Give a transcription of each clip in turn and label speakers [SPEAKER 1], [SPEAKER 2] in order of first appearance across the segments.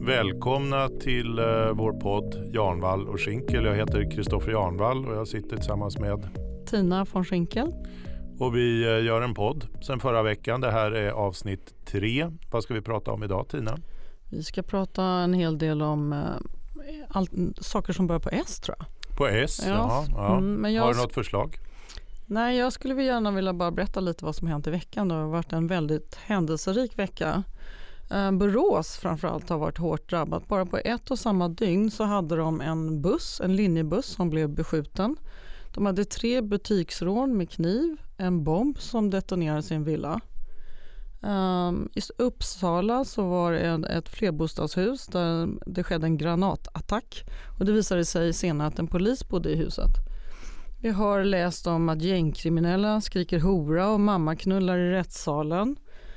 [SPEAKER 1] Välkomna till vår podd Jarnvall och Schinkel. Jag heter Kristoffer Jarnvall och jag sitter tillsammans med
[SPEAKER 2] Tina von Schinkel.
[SPEAKER 1] Och vi gör en podd sen förra veckan. Det här är avsnitt 3. Vad ska vi prata om idag, Tina?
[SPEAKER 2] Vi ska prata en hel del om saker som börjar på S, tror jag.
[SPEAKER 1] På S?
[SPEAKER 2] Ja.
[SPEAKER 1] Ja.
[SPEAKER 2] Men
[SPEAKER 1] Har du något förslag?
[SPEAKER 2] Nej, jag skulle gärna vilja bara berätta lite vad som hänt i veckan. Det har varit en väldigt händelserik vecka. Borås framförallt har varit hårt drabbat. Bara på ett och samma dygn så hade de en linjebuss som blev beskjuten. De hade 3 butiksrån med kniv, en bomb som detonerade sin villa. I Uppsala så var det ett flerbostadshus där det skedde en granatattack. Och det visade sig senare att en polis bodde i huset. Vi har läst om att gängkriminella skriker hora och mamma knullar i rättssalen.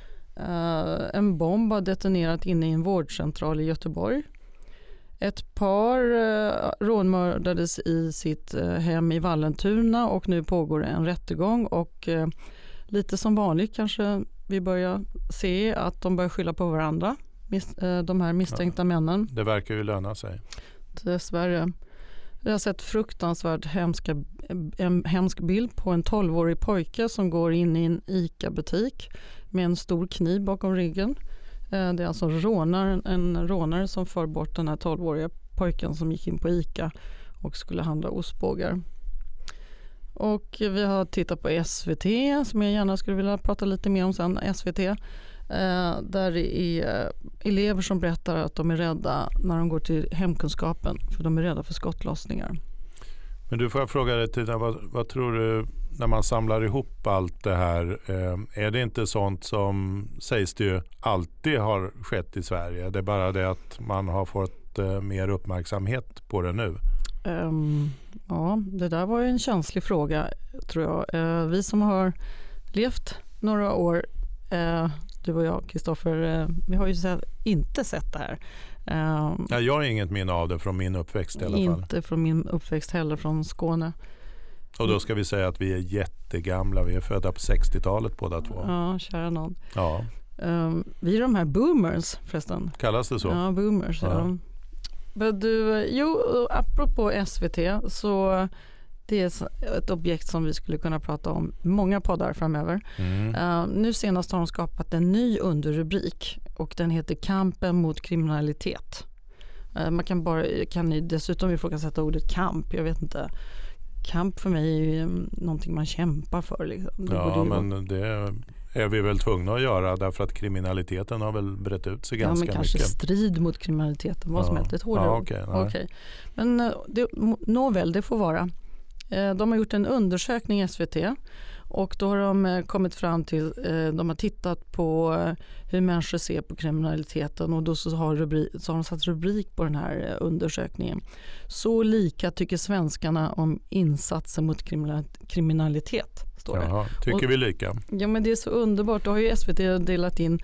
[SPEAKER 2] En bomb har detonerat inne i en vårdcentral i Göteborg. Ett par rånmördades i sitt hem i Vallentuna och nu pågår en rättegång. Och lite som vanligt kanske vi börjar se att de börjar skylla på varandra, de här misstänkta männen.
[SPEAKER 1] Det verkar ju löna sig.
[SPEAKER 2] Dessvärre. Vi har sett fruktansvärt hemsk bild på en 12-årig pojke som går in i en ICA-butik med en stor kniv bakom ryggen. Det är alltså en rånare som för bort den här 12-åriga pojken som gick in på ICA och skulle handla ostbågar. Och vi har tittat på SVT som jag gärna skulle vilja prata lite mer om sen. SVT. Där det är elever som berättar att de är rädda när de går till hemkunskapen för de är rädda för skottlossningar.
[SPEAKER 1] Men du, får jag fråga dig, Tina, vad tror du när man samlar ihop allt det här? Är det inte sånt som sägs det ju alltid har skett i Sverige? Det är bara det att man har fått mer uppmärksamhet på det nu.
[SPEAKER 2] Ja, det där var ju en känslig fråga, tror jag. Vi som har levt några år, du och jag, Kristoffer, vi har ju inte sett det här.
[SPEAKER 1] Jag har inget minne av det från min uppväxt i alla fall.
[SPEAKER 2] Inte från min uppväxt heller, från Skåne.
[SPEAKER 1] Och då ska vi säga att vi är jättegamla. Vi är födda på 60-talet båda två.
[SPEAKER 2] Ja, kära någon.
[SPEAKER 1] Ja.
[SPEAKER 2] Vi är de här boomers förresten.
[SPEAKER 1] Kallas det så?
[SPEAKER 2] Ja, boomers. Ja. Men du, apropå SVT, så det är ett objekt som vi skulle kunna prata om många poddar framöver. Nu senast har de skapat en ny underrubrik och den heter Kampen mot kriminalitet. Man kan dessutom ifrågasätta ordet kamp. Jag vet inte. Kamp för mig är ju någonting man kämpar för. Liksom.
[SPEAKER 1] Men det är vi väl tvungna att göra därför att kriminaliteten har väl brett ut sig ganska mycket.
[SPEAKER 2] Ja, men kanske strid mot kriminaliteten. Vad som helst. Ett hårdare ord. Okej. Men nåväl, det får vara. De har gjort en undersökning i SVT och då har de kommit fram till, de har tittat på hur människor ser på kriminaliteten och då så har de satt rubrik på den här undersökningen. Så lika tycker svenskarna om insatser mot kriminalitet, står det.
[SPEAKER 1] Jaha, tycker vi lika?
[SPEAKER 2] Ja, men det är så underbart. Då har ju SVT delat in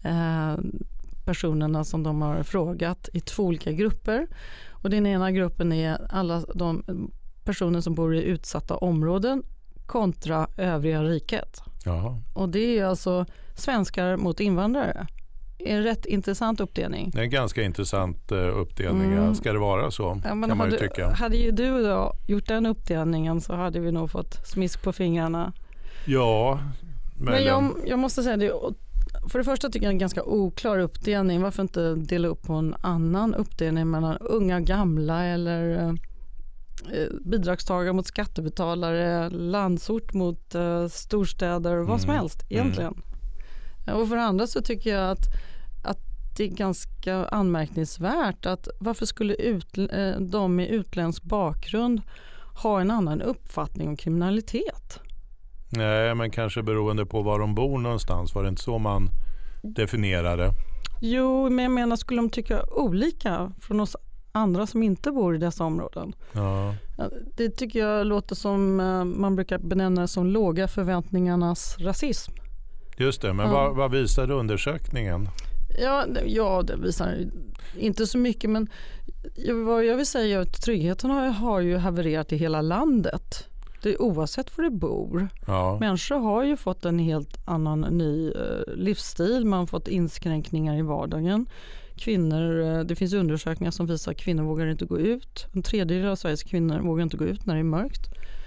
[SPEAKER 2] personerna som de har frågat i 2 olika grupper. Och den ena gruppen är alla de personer som bor i utsatta områden kontra övriga riket. Jaha. Och det är alltså svenskar mot invandrare. Det är en rätt intressant uppdelning.
[SPEAKER 1] Det är en ganska intressant uppdelning. Ska det vara så, kan man ju tycka.
[SPEAKER 2] Hade ju du och jag gjort den uppdelningen så hade vi nog fått smisk på fingrarna.
[SPEAKER 1] Ja.
[SPEAKER 2] Men jag måste säga det. För det första tycker jag det är en ganska oklar uppdelning. Varför inte dela upp på en annan uppdelning mellan unga och gamla eller bidragstagare mot skattebetalare, landsort mot storstäder, vad som helst egentligen. Och för det andra så tycker jag att det är ganska anmärkningsvärt att varför skulle de med utländsk bakgrund ha en annan uppfattning om kriminalitet?
[SPEAKER 1] Nej, men kanske beroende på var de bor någonstans. Var det inte så man definierade?
[SPEAKER 2] Jo, men jag menar, skulle de tycka olika från oss andra som inte bor i dessa områden?
[SPEAKER 1] Ja.
[SPEAKER 2] Det tycker jag låter som man brukar benämna som låga förväntningarnas rasism.
[SPEAKER 1] Just det, men vad visade undersökningen?
[SPEAKER 2] Ja, det visar inte så mycket, men vad jag vill säga är att tryggheten har ju havererat i hela landet. Det är oavsett var du bor. Ja. Människor har ju fått en helt annan ny livsstil. Man har fått inskränkningar i vardagen. kvinnor, det finns undersökningar som visar att kvinnor vågar inte gå ut. En tredjedel av Sveriges kvinnor vågar inte gå ut när det är mörkt.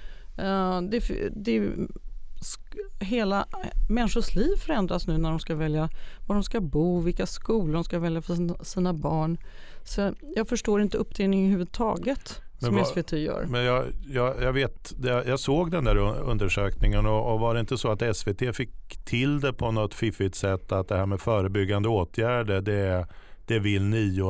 [SPEAKER 2] Hela människors liv förändras nu när de ska välja var de ska bo, vilka skolor de ska välja för sina barn. Så jag förstår inte uppdelningen överhuvudtaget som SVT gör.
[SPEAKER 1] Men jag vet, jag såg den där undersökningen och var det inte så att SVT fick till det på något fiffigt sätt att det här med förebyggande åtgärder det vill 9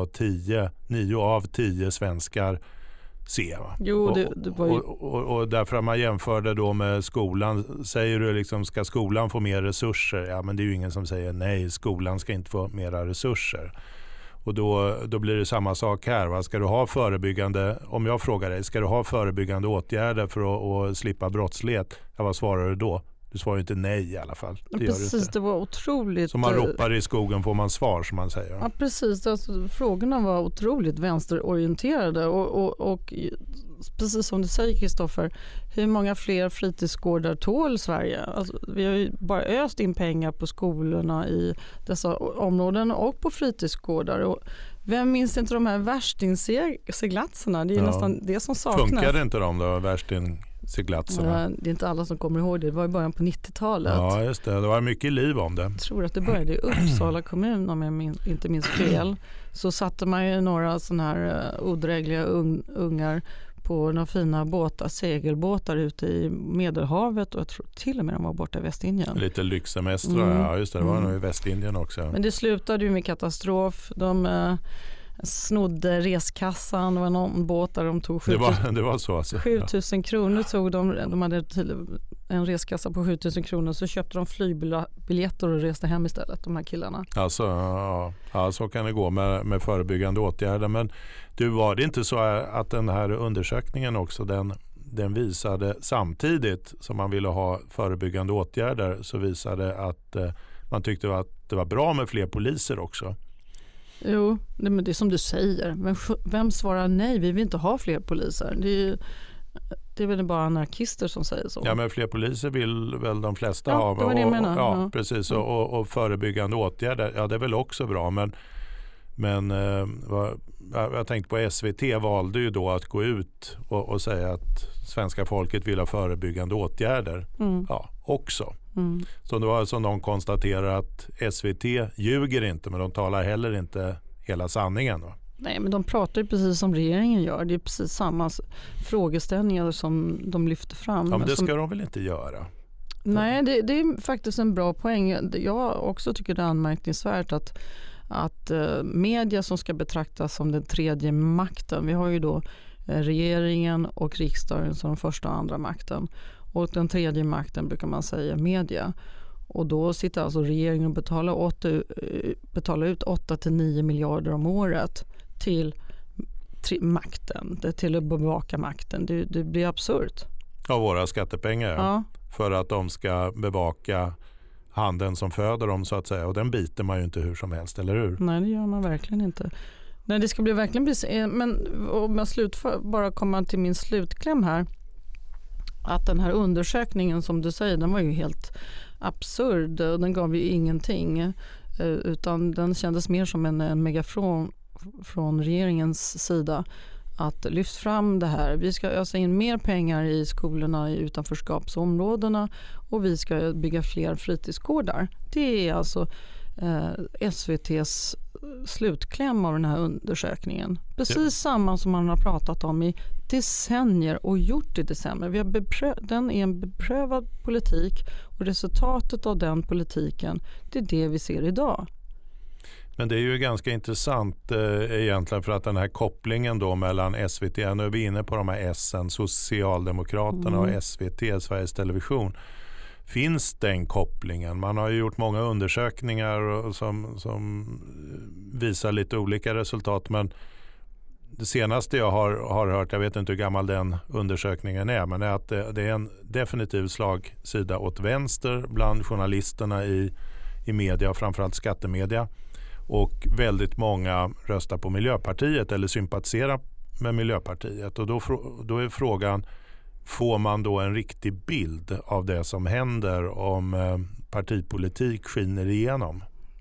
[SPEAKER 1] av 10 svenskar se. Va?
[SPEAKER 2] Jo, det var ju...
[SPEAKER 1] och därför att man jämförde då med skolan, säger du liksom, ska skolan få mer resurser? Ja, men det är ju ingen som säger nej, skolan ska inte få mera resurser. Och då blir det samma sak här. Va? Ska du ha förebyggande, om jag frågar dig, ska du ha förebyggande åtgärder för att slippa brottslighet? Ja, vad svarar du då? Du svarar inte nej i alla fall. Det
[SPEAKER 2] precis,
[SPEAKER 1] gör du inte.
[SPEAKER 2] Det var otroligt...
[SPEAKER 1] Som man ropar i skogen får man svar, som man säger.
[SPEAKER 2] Ja, precis. Alltså, frågorna var otroligt vänsterorienterade och precis som du säger, Kristoffer, hur många fler fritidsgårdar tål Sverige? Alltså, vi har ju bara öst in pengar på skolorna i dessa områden och på fritidsgårdar. Och vem minns inte de här värstingseglatserna? Det är ju nästan det som saknas.
[SPEAKER 1] Funkar inte de då, värstingsseglatserna?
[SPEAKER 2] Det är inte alla som kommer ihåg det. Det var i början på 90-talet.
[SPEAKER 1] Ja, just det. Det var mycket liv om det.
[SPEAKER 2] Jag tror att det började i Uppsala kommun, om jag inte minns fel. Så satte man ju några sådana här odrägliga ungar på några fina båtar, segelbåtar ute i Medelhavet, och jag tror till och med de var borta i Västindien.
[SPEAKER 1] Lite lyxsemestrar, ja just det, det var nog i Västindien också.
[SPEAKER 2] Men det slutade ju med katastrof. De snodde reskassan, det var någon båt där de tog 7000
[SPEAKER 1] det var så alltså.
[SPEAKER 2] 7000 kronor tog de hade en reskassa på 7000 kronor, så köpte de flygbiljetter och reste hem istället, de här killarna.
[SPEAKER 1] Alltså, ja, så kan det gå med förebyggande åtgärder. Men du, var det inte så att den här undersökningen också, den visade samtidigt som man ville ha förebyggande åtgärder, så visade att man tyckte att det var bra med fler poliser också?
[SPEAKER 2] Jo, det är som du säger. Men vem svarar nej? Vi vill inte ha fler poliser. Det är väl bara anarkister som säger så.
[SPEAKER 1] Ja, men fler poliser vill väl de flesta
[SPEAKER 2] ha.
[SPEAKER 1] ha.
[SPEAKER 2] Det var det jag menar.
[SPEAKER 1] Ja, precis. Och förebyggande åtgärder, ja det är väl också bra. Men jag tänkte på SVT valde ju då att gå ut och säga att svenska folket vill ha förebyggande åtgärder. Ja, också. Så det var som de konstaterar att SVT ljuger inte, men de talar heller inte hela sanningen. Va?
[SPEAKER 2] Nej, men de pratar ju precis som regeringen gör. Det är precis samma frågeställningar som de lyfter fram.
[SPEAKER 1] Ja, men det ska de väl inte göra?
[SPEAKER 2] Nej, det är faktiskt en bra poäng. Jag också tycker det är anmärkningsvärt att media som ska betraktas som den tredje makten. Vi har ju då regeringen och riksdagen som den första och andra makten. Och den tredje makten brukar man säga media. Och då sitter alltså regeringen och betalar ut 8-9 miljarder om året till makten, till att bevaka makten. Det blir absurt.
[SPEAKER 1] Av våra skattepengar,
[SPEAKER 2] ja.
[SPEAKER 1] För att de ska bevaka handen som föder dem, så att säga. Och den biter man ju inte hur som helst, eller hur?
[SPEAKER 2] Nej, det gör man verkligen inte. Nej, det ska bli verkligen men om jag bara komma till min slutkläm här, att den här undersökningen som du säger, den var ju helt absurd och den gav ju ingenting, utan den kändes mer som en megafon från regeringens sida att lyfta fram det här. Vi ska ösa in mer pengar i skolorna i utanförskapsområdena och vi ska bygga fler fritidsgårdar. Det är alltså SVT:s slutkläm av den här undersökningen. Precis samma som man har pratat om i decennier och gjort i decennier. Den är en beprövad politik och resultatet av den politiken, det är det vi ser idag.
[SPEAKER 1] Men det är ju ganska intressant egentligen, för att den här kopplingen då mellan SVT, nu är vi inne på de här S:en, Socialdemokraterna och SVT, Sveriges Television. Finns den kopplingen? Man har ju gjort många undersökningar som visar lite olika resultat, men det senaste jag har hört, jag vet inte hur gammal den undersökningen är, men är att det är en definitiv slagsida åt vänster bland journalisterna i media och framförallt skattemedia. Och väldigt många röstar på Miljöpartiet eller sympatiserar med Miljöpartiet. Och då är frågan, får man då en riktig bild av det som händer om partipolitik skiner igenom?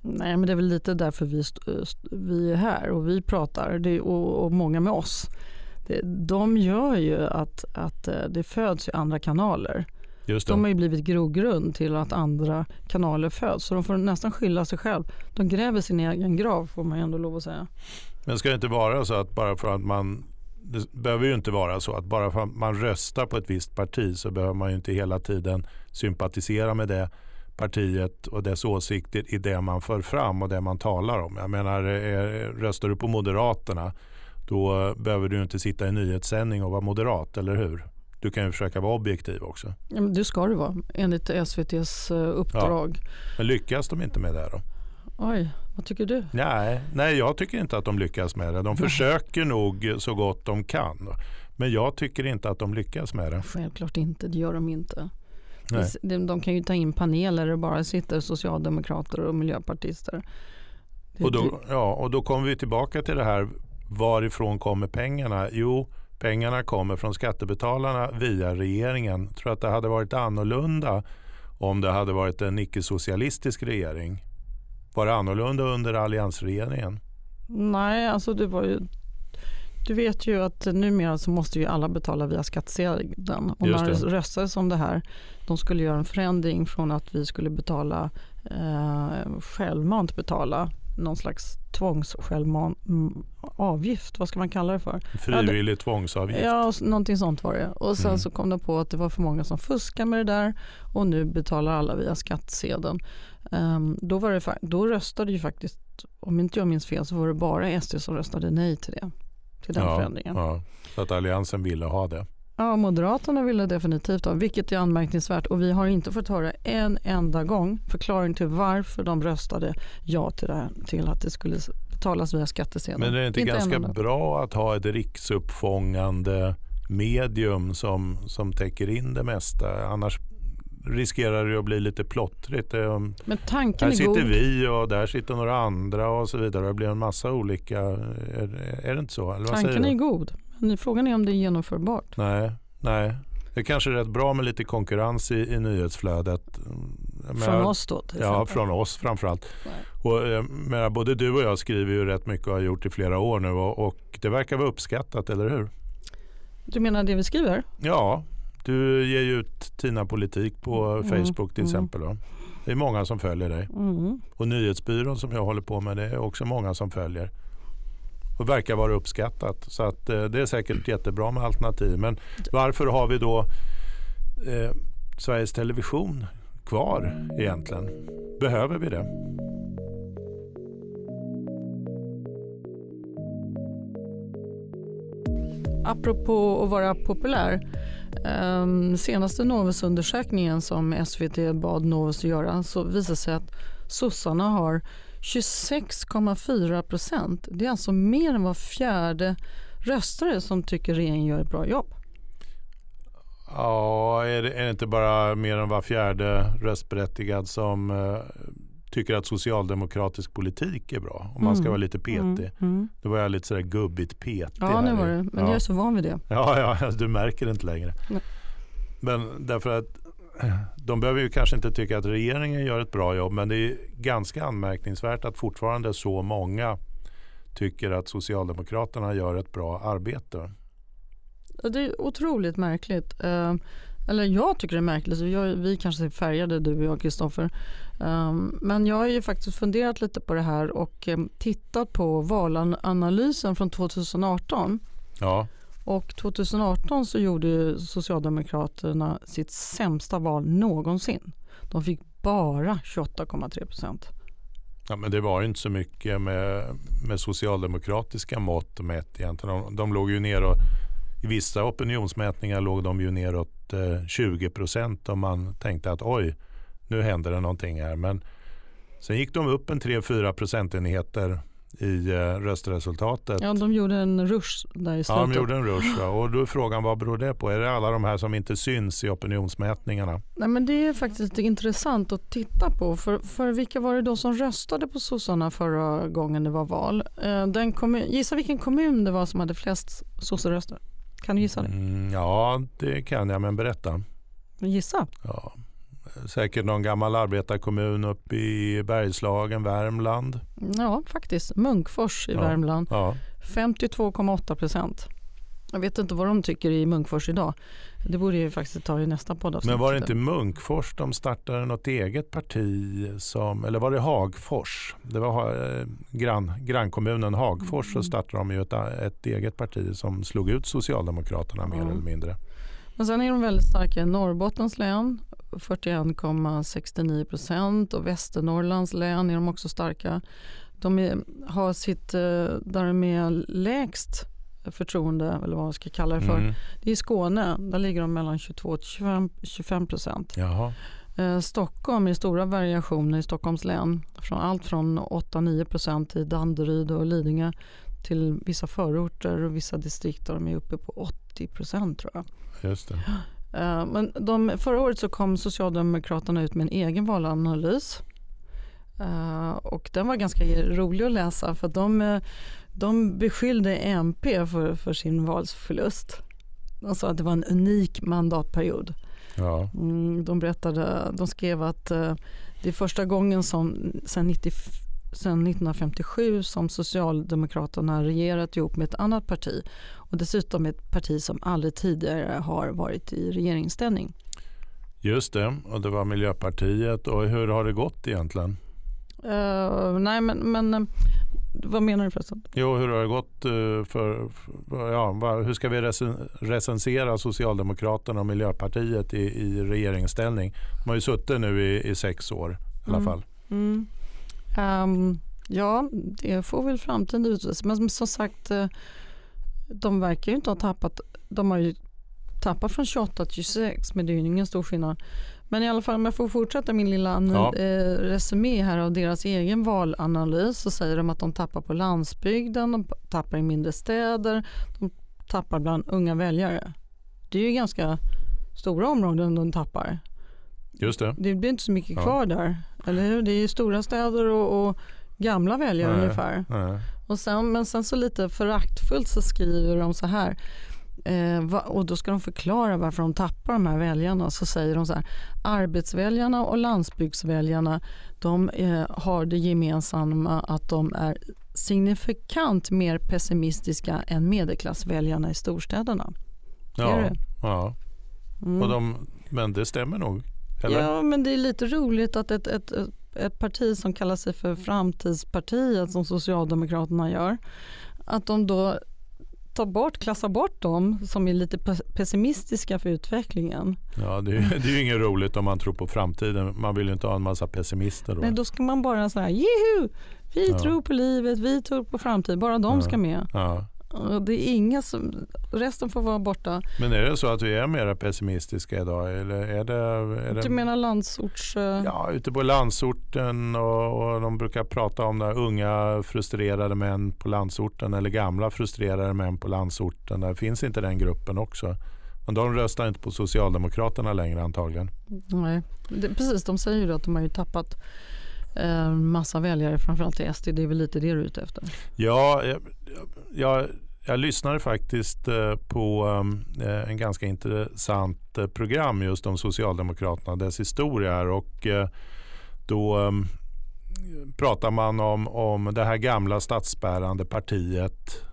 [SPEAKER 2] Nej, men det är väl lite därför vi är här och vi pratar och många med oss. De gör ju att det föds i andra kanaler.
[SPEAKER 1] Just det.
[SPEAKER 2] De har ju blivit grogrund till att andra kanaler föds. Så de får nästan skylla sig själv. De gräver sin egen grav, får man ändå lov att säga.
[SPEAKER 1] Men ska det inte vara så att bara för att det behöver ju inte vara så att bara för att man röstar på ett visst parti så behöver man ju inte hela tiden sympatisera med det partiet och dess åsikter i det man för fram och det man talar om. Jag menar, röstar du på Moderaterna, då behöver du inte sitta i nyhetssändning och vara moderat, eller hur? Du kan ju försöka vara objektiv också.
[SPEAKER 2] Ja, men det ska du vara, enligt SVT:s uppdrag.
[SPEAKER 1] Ja. Men lyckas de inte med det då?
[SPEAKER 2] Oj, vad tycker du?
[SPEAKER 1] Nej, jag tycker inte att de lyckas med det. De försöker nog så gott de kan. Men jag tycker inte att de lyckas med det.
[SPEAKER 2] Självklart inte, det gör de inte.
[SPEAKER 1] Nej.
[SPEAKER 2] De kan ju ta in paneler där det bara sitter socialdemokrater och miljöpartister.
[SPEAKER 1] Och då kommer vi tillbaka till det här, varifrån kommer pengarna? Jo, pengarna kommer från skattebetalarna via regeringen. Jag tror att det hade varit annorlunda om det hade varit en icke-socialistisk regering. Var det annorlunda under alliansregeringen?
[SPEAKER 2] Nej, alltså det var ju... Du vet ju att numera så måste ju alla betala via skattsedeln. Och när det röstades om det här, de skulle göra en förändring från att vi skulle betala självmant betala någon slags avgift, vad ska man kalla det för?
[SPEAKER 1] Frivillig tvångsavgift.
[SPEAKER 2] Ja, någonting sånt var det. Och sen så kom de på att det var för många som fuskar med det där och nu betalar alla via skattsedeln. Då röstade ju faktiskt, om inte jag minns fel, så var det bara SD som röstade nej till det. Till den förändringen.
[SPEAKER 1] Ja, så att alliansen ville ha det.
[SPEAKER 2] Ja, Moderaterna ville definitivt ha, vilket är anmärkningsvärt. Och vi har inte fått höra en enda gång förklaring till varför de röstade ja till det här, till att det skulle betalas via skattsedeln.
[SPEAKER 1] Men det är inte ganska bra att ha ett riksuppfångande medium som täcker in det mesta? Annars riskerar det att bli lite plottrigt.
[SPEAKER 2] Men tanken
[SPEAKER 1] här
[SPEAKER 2] är god.
[SPEAKER 1] Sitter vi och där sitter några andra och så vidare. Det blir en massa olika... Är det inte så? Eller
[SPEAKER 2] tanken är god. Men frågan är om det är genomförbart.
[SPEAKER 1] Nej. Det är kanske rätt bra med lite konkurrens i nyhetsflödet.
[SPEAKER 2] Från oss då?
[SPEAKER 1] Ja, från oss framförallt. Och, både du och jag skriver ju rätt mycket och har gjort i flera år nu. Och det verkar vara uppskattat, eller hur?
[SPEAKER 2] Du menar det vi skriver?
[SPEAKER 1] Ja. Du ger ju ut Tina Politik på Facebook till exempel. Då. Det är många som följer dig. Och nyhetsbyrån som jag håller på med, det är också många som följer. Och verkar vara uppskattat. Så att, det är säkert jättebra med alternativ. Men varför har vi då Sveriges Television kvar egentligen? Behöver vi det?
[SPEAKER 2] Apropå att vara populär. Senaste Novus-undersökningen som SVT bad Novus att göra, så visar sig att sossarna har 26,4%. Det är alltså mer än var fjärde röstare som tycker regeringen gör ett bra jobb.
[SPEAKER 1] Ja, är det inte bara mer än var fjärde röstberättigad som tycker att socialdemokratisk politik är bra? Om man ska vara lite petig. Då var jag lite sådär gubbigt petig.
[SPEAKER 2] Ja, det var det. Men jag är så van vid det.
[SPEAKER 1] Ja, du märker det inte längre. Nej. Men därför att de behöver ju kanske inte tycka att regeringen gör ett bra jobb, men det är ganska anmärkningsvärt att fortfarande så många tycker att Socialdemokraterna gör ett bra arbete.
[SPEAKER 2] Det är otroligt märkligt. Eller jag tycker det är märkligt. Vi kanske är färgade, du och jag, Kristoffer. Men jag har ju faktiskt funderat lite på det här och tittat på valanalysen från 2018. Ja. Och 2018 så gjorde Socialdemokraterna sitt sämsta val någonsin. De fick bara 28,3%.
[SPEAKER 1] Ja, men det var ju inte så mycket med socialdemokratiska mått mätt egentligen. De låg ju ner och i vissa opinionsmätningar låg de ju neråt 20% om man tänkte att oj, nu händer det någonting här. Men sen gick de upp en 3-4 procentenheter i röstresultatet.
[SPEAKER 2] Ja, de gjorde en rush där i slutet.
[SPEAKER 1] Ja, de gjorde en rush. Va? Och då är frågan, vad beror det på? Är det alla de här som inte syns i opinionsmätningarna? Nej,
[SPEAKER 2] men det är faktiskt intressant att titta på. För vilka var det då som röstade på sossarna förra gången det var val? Gissa vilken kommun det var som hade flest sossarröster. Kan du gissa det?
[SPEAKER 1] Ja, det kan jag, men berätta.
[SPEAKER 2] Gissa?
[SPEAKER 1] Ja. säkert någon gammal arbetarkommun uppe i Bergslagen, Värmland.
[SPEAKER 2] Ja, faktiskt. Munkfors i Värmland.
[SPEAKER 1] Ja.
[SPEAKER 2] 52,8%. Jag vet inte vad de tycker i Munkfors idag. Det borde ju faktiskt ta i nästa poddavsnitt.
[SPEAKER 1] Men var det inte Munkfors de startade något eget parti eller var det Hagfors? Det var grannkommunen Hagfors, så startade de ju ett eget parti som slog ut Socialdemokraterna mer eller mindre.
[SPEAKER 2] Men sen är de väldigt starka i Norrbottens län, 41,69%, och Västernorrlands län är de också starka. De har sitt, där de är lägst förtroende, eller vad man ska kalla det för. Det är i Skåne, där ligger de mellan 22-25%.
[SPEAKER 1] Jaha.
[SPEAKER 2] Stockholm är stora variationer i Stockholms län. Allt från 8-9% i Danderyd och Lidingö till vissa förorter och vissa distrikt där de är uppe på 80%, tror jag.
[SPEAKER 1] Just det.
[SPEAKER 2] Men förra året så kom Socialdemokraterna ut med en egen valanalys. Och den var ganska rolig att läsa, för de beskyllde MP för sin valförlust. De sa att det var en unik mandatperiod.
[SPEAKER 1] Ja.
[SPEAKER 2] De skrev att det är första gången sedan 1957 som Socialdemokraterna har regerat ihop med ett annat parti, och dessutom ett parti som aldrig tidigare har varit i regeringsställning.
[SPEAKER 1] Just det, och det var Miljöpartiet. Och hur har det gått egentligen?
[SPEAKER 2] Nej, men vad menar du förresten?
[SPEAKER 1] Jo, hur har det gått hur ska vi recensera Socialdemokraterna och Miljöpartiet i regeringsställning? De har ju suttit nu i 6 år i alla fall.
[SPEAKER 2] Ja, det får väl framtiden utvisa. Men som sagt, de verkar ju inte ha tappat. De har ju tappat från 28 till 26, men det är ju ingen stor skillnad. Men i alla fall, om jag får fortsätta min lilla resumé här av deras egen valanalys, så säger de att de tappar på landsbygden, de tappar i mindre städer, de tappar bland unga väljare. Det är ju ganska stora områden de tappar.
[SPEAKER 1] Just det.
[SPEAKER 2] Det blir inte så mycket kvar där, eller hur? Det är ju stora städer och gamla väljare ungefär. Och sen så lite föraktfullt så skriver de så här. Och då ska de förklara varför de tappar de här väljarna. Så säger de så här: arbetsväljarna och landsbygdsväljarna, de har det gemensamma att de är signifikant mer pessimistiska än medelklassväljarna i storstäderna.
[SPEAKER 1] Ja. Men det stämmer nog, eller?
[SPEAKER 2] Ja, men det är lite roligt att ett parti som kallar sig för Framtidspartiet, som Socialdemokraterna gör, att de då klassar bort dem som är lite pessimistiska för utvecklingen. Ja,
[SPEAKER 1] det är ju inget roligt om man tror på framtiden. Man vill ju inte ha en massa pessimister då.
[SPEAKER 2] Nej, då ska man bara säga: "Juhu! Vi tror på livet, vi tror på framtiden." Bara de ska med. Ja. Och det är inga resten får vara borta.
[SPEAKER 1] Men är det så att vi är mer pessimistiska idag? Eller är det...
[SPEAKER 2] Du menar landsorts...
[SPEAKER 1] Ja, ute på landsorten, och de brukar prata om där unga frustrerade män på landsorten, eller gamla frustrerade män på landsorten. Där finns inte den gruppen också. Men de röstar inte på Socialdemokraterna längre antagligen.
[SPEAKER 2] Nej, precis. De säger ju att de har ju tappat massa väljare, framförallt i SD. Det är väl lite det du är ute efter.
[SPEAKER 1] Ja, jag lyssnade faktiskt på en ganska intressant program just om Socialdemokraterna och dess historia, och då pratar man om det här gamla statsbärande partiet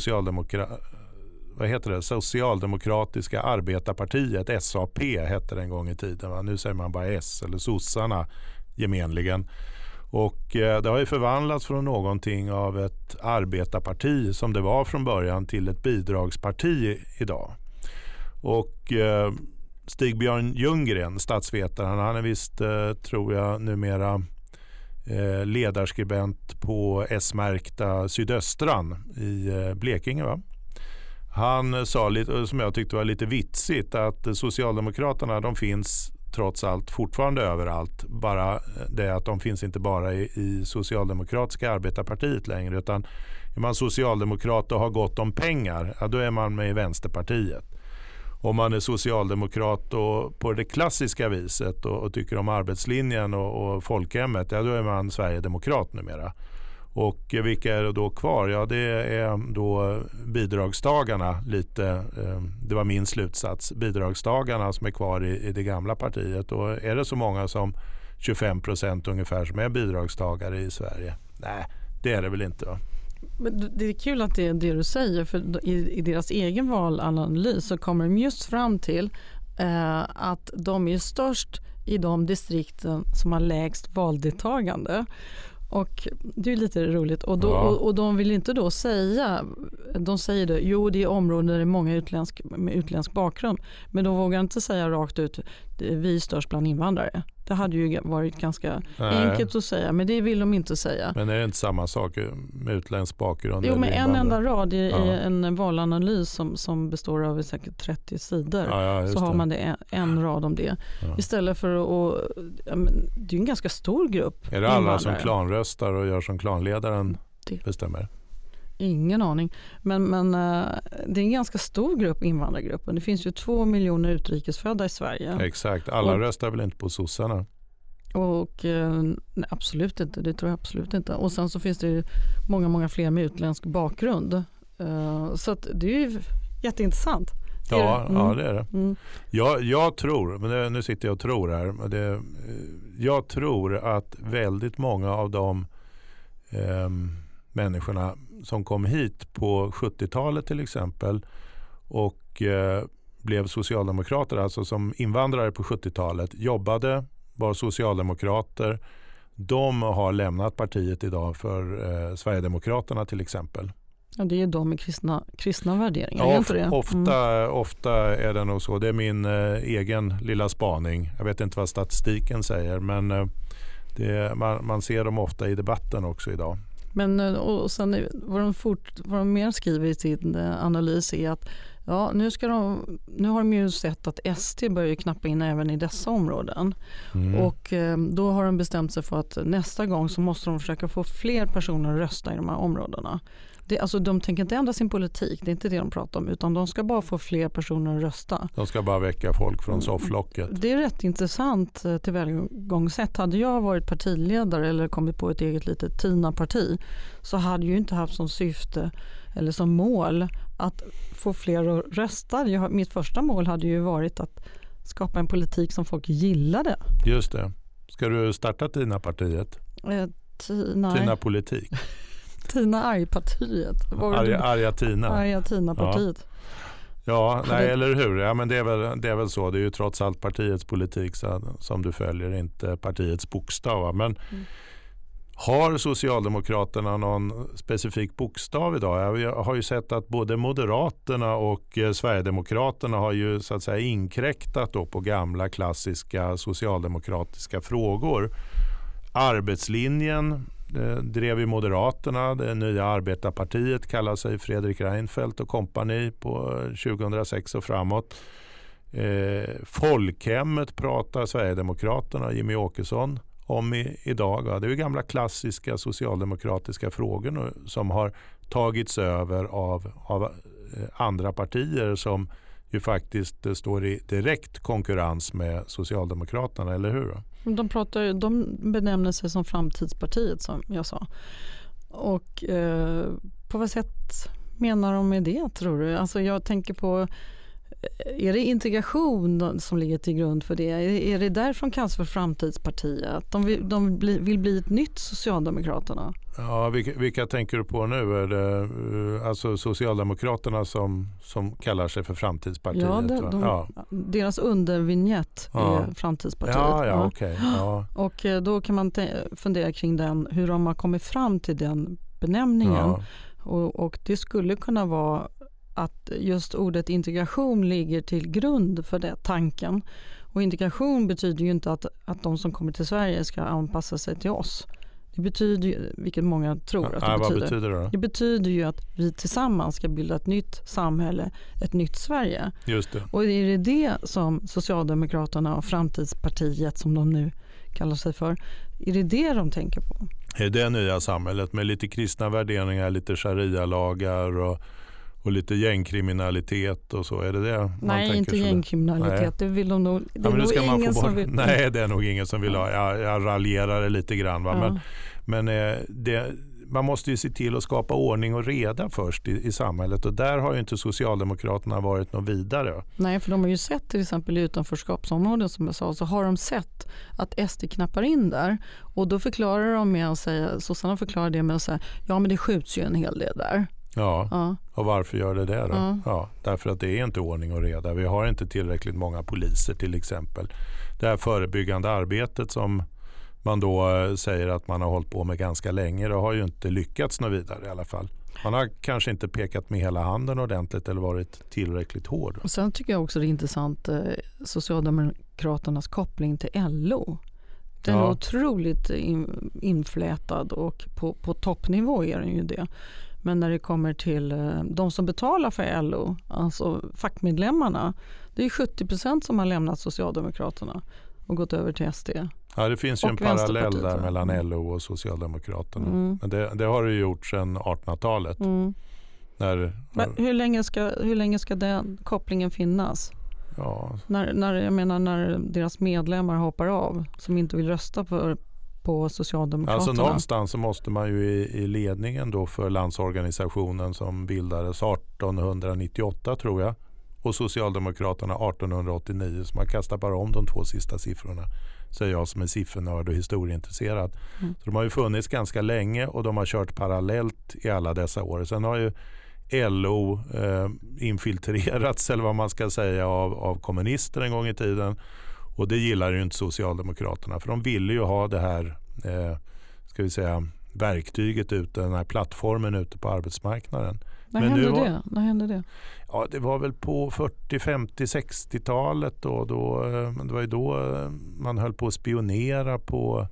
[SPEAKER 1] Socialdemokratiska arbetarpartiet, SAP hette det en gång i tiden. Va? Nu säger man bara S, eller sossarna gemenligen. Och det har ju förvandlats från någonting av ett arbetarparti som det var från början till ett bidragsparti idag. Och Stig-Björn Ljunggren, statsvetaren, han är visst, tror jag, numera ledarskribent på S-märkta Sydöstran i Blekinge, va? Han sa lite, som jag tyckte var lite vitsigt, att Socialdemokraterna, de finns trots allt fortfarande överallt. Bara det att de finns inte bara i Socialdemokratiska arbetarpartiet längre, utan är man socialdemokrat och har gott om pengar, ja, då är man med i Vänsterpartiet. Om man är socialdemokrat och på det klassiska viset och tycker om arbetslinjen och folkhemmet, ja, då är man Sverigedemokrat numera. Och vilka är det då kvar? Ja, det är då bidragstagarna lite. Det var min slutsats. Bidragstagarna som är kvar i det gamla partiet. Och är det så många som 25% ungefär som är bidragstagare i Sverige? Nej, det är det väl inte, va?
[SPEAKER 2] Men det är kul att det är det du säger, för i deras egen valanalys så kommer de just fram till att de är störst i de distrikten som har lägst valdeltagande. Och det är lite roligt. Och de vill inte då säga, de säger det, jo det är områden där det är många med utländsk bakgrund. Men de vågar inte säga rakt ut, vi är störst bland invandrare. Det hade ju varit ganska enkelt att säga, men det vill de inte säga.
[SPEAKER 1] Men är det inte samma sak med utländsk bakgrund?
[SPEAKER 2] Jo, med en enda rad i en valanalys som består av säkert 30 sidor så har man det en rad om det. Ja. Istället för att, det är en ganska stor grupp.
[SPEAKER 1] Är det alla som klanröstar och gör som klanledaren bestämmer?
[SPEAKER 2] Ingen aning. Men det är en ganska stor grupp, invandrargruppen. Det finns ju 2 miljoner utrikesfödda i Sverige.
[SPEAKER 1] Exakt. Alla röstar väl inte på sossarna?
[SPEAKER 2] Och nej, absolut inte. Det tror jag absolut inte. Och sen så finns det ju många fler med utländsk bakgrund. Så att det är ju jätteintressant.
[SPEAKER 1] Ja, det är det. Mm. Jag tror, men nu sitter jag och tror här. Jag tror att väldigt många av de människorna som kom hit på 70-talet till exempel och blev socialdemokrater, alltså som invandrare på 70-talet, jobbade, var socialdemokrater. De har lämnat partiet idag för Sverigedemokraterna till exempel.
[SPEAKER 2] Ja, det är de med kristna värderingar.
[SPEAKER 1] Ja, ofta är det nog så. Det är min egen lilla spaning. Jag vet inte vad statistiken säger, men man ser dem ofta i debatten också idag.
[SPEAKER 2] Men och sen vad de mer skriver i sin analys är att nu har de ju sett att SD börjar knappa in även i dessa områden. Och då har de bestämt sig för att nästa gång så måste de försöka få fler personer att rösta i de här områdena. Alltså de tänker inte ändra sin politik, det är inte det de pratar om, utan de ska bara få fler personer att rösta.
[SPEAKER 1] De ska bara väcka folk från sofflocket.
[SPEAKER 2] Det är rätt intressant tillvägagångssätt. Hade jag varit partiledare eller kommit på ett eget litet TINA-parti så hade ju inte haft som syfte eller som mål att få fler att rösta. Mitt första mål hade ju varit att skapa en politik som folk gillade.
[SPEAKER 1] Just det. Ska du starta TINA-partiet? TINA-politik.
[SPEAKER 2] Tina Argpartiet.
[SPEAKER 1] Arga Tina.
[SPEAKER 2] Arga Tina-partiet.
[SPEAKER 1] Ja, nej, eller hur? Ja, men det är väl så. Det är ju trots allt partiets politik som du följer, inte partiets bokstav. Men har Socialdemokraterna någon specifik bokstav idag? Jag har ju sett att både Moderaterna och Sverigedemokraterna har ju så att säga inkräktat då på gamla klassiska socialdemokratiska frågor. Arbetslinjen drev ju Moderaterna, det nya arbetarpartiet kallar sig Fredrik Reinfeldt och kompani på 2006 och framåt. Folkhemmet pratar Sverigedemokraterna, Jimmy Åkesson, om idag. Det är ju gamla klassiska socialdemokratiska frågor nu, som har tagits över av andra partier som ju faktiskt står i direkt konkurrens med Socialdemokraterna, eller hur?
[SPEAKER 2] De benämner sig som Framtidspartiet, som jag sa. Och på vad sätt menar de med det, tror du? Alltså jag tänker på, är det integration som ligger till grund för det? Är det därifrån kallas för Framtidspartiet? De vill bli ett nytt Socialdemokraterna?
[SPEAKER 1] Ja, vilka tänker du på nu? Är det alltså Socialdemokraterna som kallar sig för Framtidspartiet?
[SPEAKER 2] Ja, deras undervinjett är Framtidspartiet.
[SPEAKER 1] Ja, okej. Ja.
[SPEAKER 2] Och då kan man fundera kring hur de har kommit fram till den benämningen. Ja. Och det skulle kunna vara att just ordet integration ligger till grund för det tanken. Och integration betyder ju inte att de som kommer till Sverige ska anpassa sig till oss. Det betyder ju, vilket många tror att det betyder.
[SPEAKER 1] Vad betyder det då?
[SPEAKER 2] Det betyder ju att vi tillsammans ska bilda ett nytt samhälle, ett nytt Sverige.
[SPEAKER 1] Just det.
[SPEAKER 2] Och är det som Socialdemokraterna och Framtidspartiet, som de nu kallar sig för, är det de tänker på?
[SPEAKER 1] Är det nya samhället med lite kristna värderingar, lite sharia-lagar och lite gängkriminalitet och så? Är det man
[SPEAKER 2] Nej,
[SPEAKER 1] tänker?
[SPEAKER 2] Inte gängkriminalitet. Nej. Det vill de nog. Det är nog ingen som vill.
[SPEAKER 1] Nej, det är nog ingen som vill ha. Jag raljerar lite grann. Va? Men man måste ju se till att skapa ordning och reda först i samhället, och där har ju inte Socialdemokraterna varit något vidare.
[SPEAKER 2] Nej, för de har ju sett till exempel i utanförskapsområden som jag sa, så har de sett att SD knappar in där, och då förklarar de med att säga, sossarna förklarar det med att säga, ja men det skjuts ju en hel del där.
[SPEAKER 1] Ja. Och varför gör det då? Ja, därför att det är inte ordning och reda. Vi har inte tillräckligt många poliser till exempel. Det här förebyggande arbetet som man då säger att man har hållit på med ganska länge, det har ju inte lyckats något vidare i alla fall. Man har kanske inte pekat med hela handen ordentligt eller varit tillräckligt hård.
[SPEAKER 2] Och sen tycker jag också det är intressant Socialdemokraternas koppling till LO. Den är otroligt inflätad, och på toppnivå är den ju det. Men när det kommer till de som betalar för LO, alltså fackmedlemmarna, det är 70% som har lämnat Socialdemokraterna och gått över till SD.
[SPEAKER 1] Ja, det finns ju en parallell där mellan LO och Socialdemokraterna. Men det har det gjort sedan 1800-talet.
[SPEAKER 2] Men hur länge ska den kopplingen finnas?
[SPEAKER 1] Ja.
[SPEAKER 2] När deras medlemmar hoppar av som inte vill rösta på Socialdemokraterna.
[SPEAKER 1] Alltså någonstans så måste man ju i ledningen då för Landsorganisationen som bildades 1898 tror jag, och Socialdemokraterna 1889, så man kastar bara om de två sista siffrorna, säger jag som är siffernörd och historieintresserad. Så de har ju funnits ganska länge och de har kört parallellt i alla dessa år. Sen har ju LO infiltrerats, eller vad man ska säga, av kommunister en gång i tiden, och det gillar ju inte Socialdemokraterna, för de ville ju ha det här ska vi säga verktyget ute, den här plattformen ute på arbetsmarknaden.
[SPEAKER 2] När hände det?
[SPEAKER 1] Ja, det var väl på 40, 50, 60-talet då det var ju då man höll på att spionera på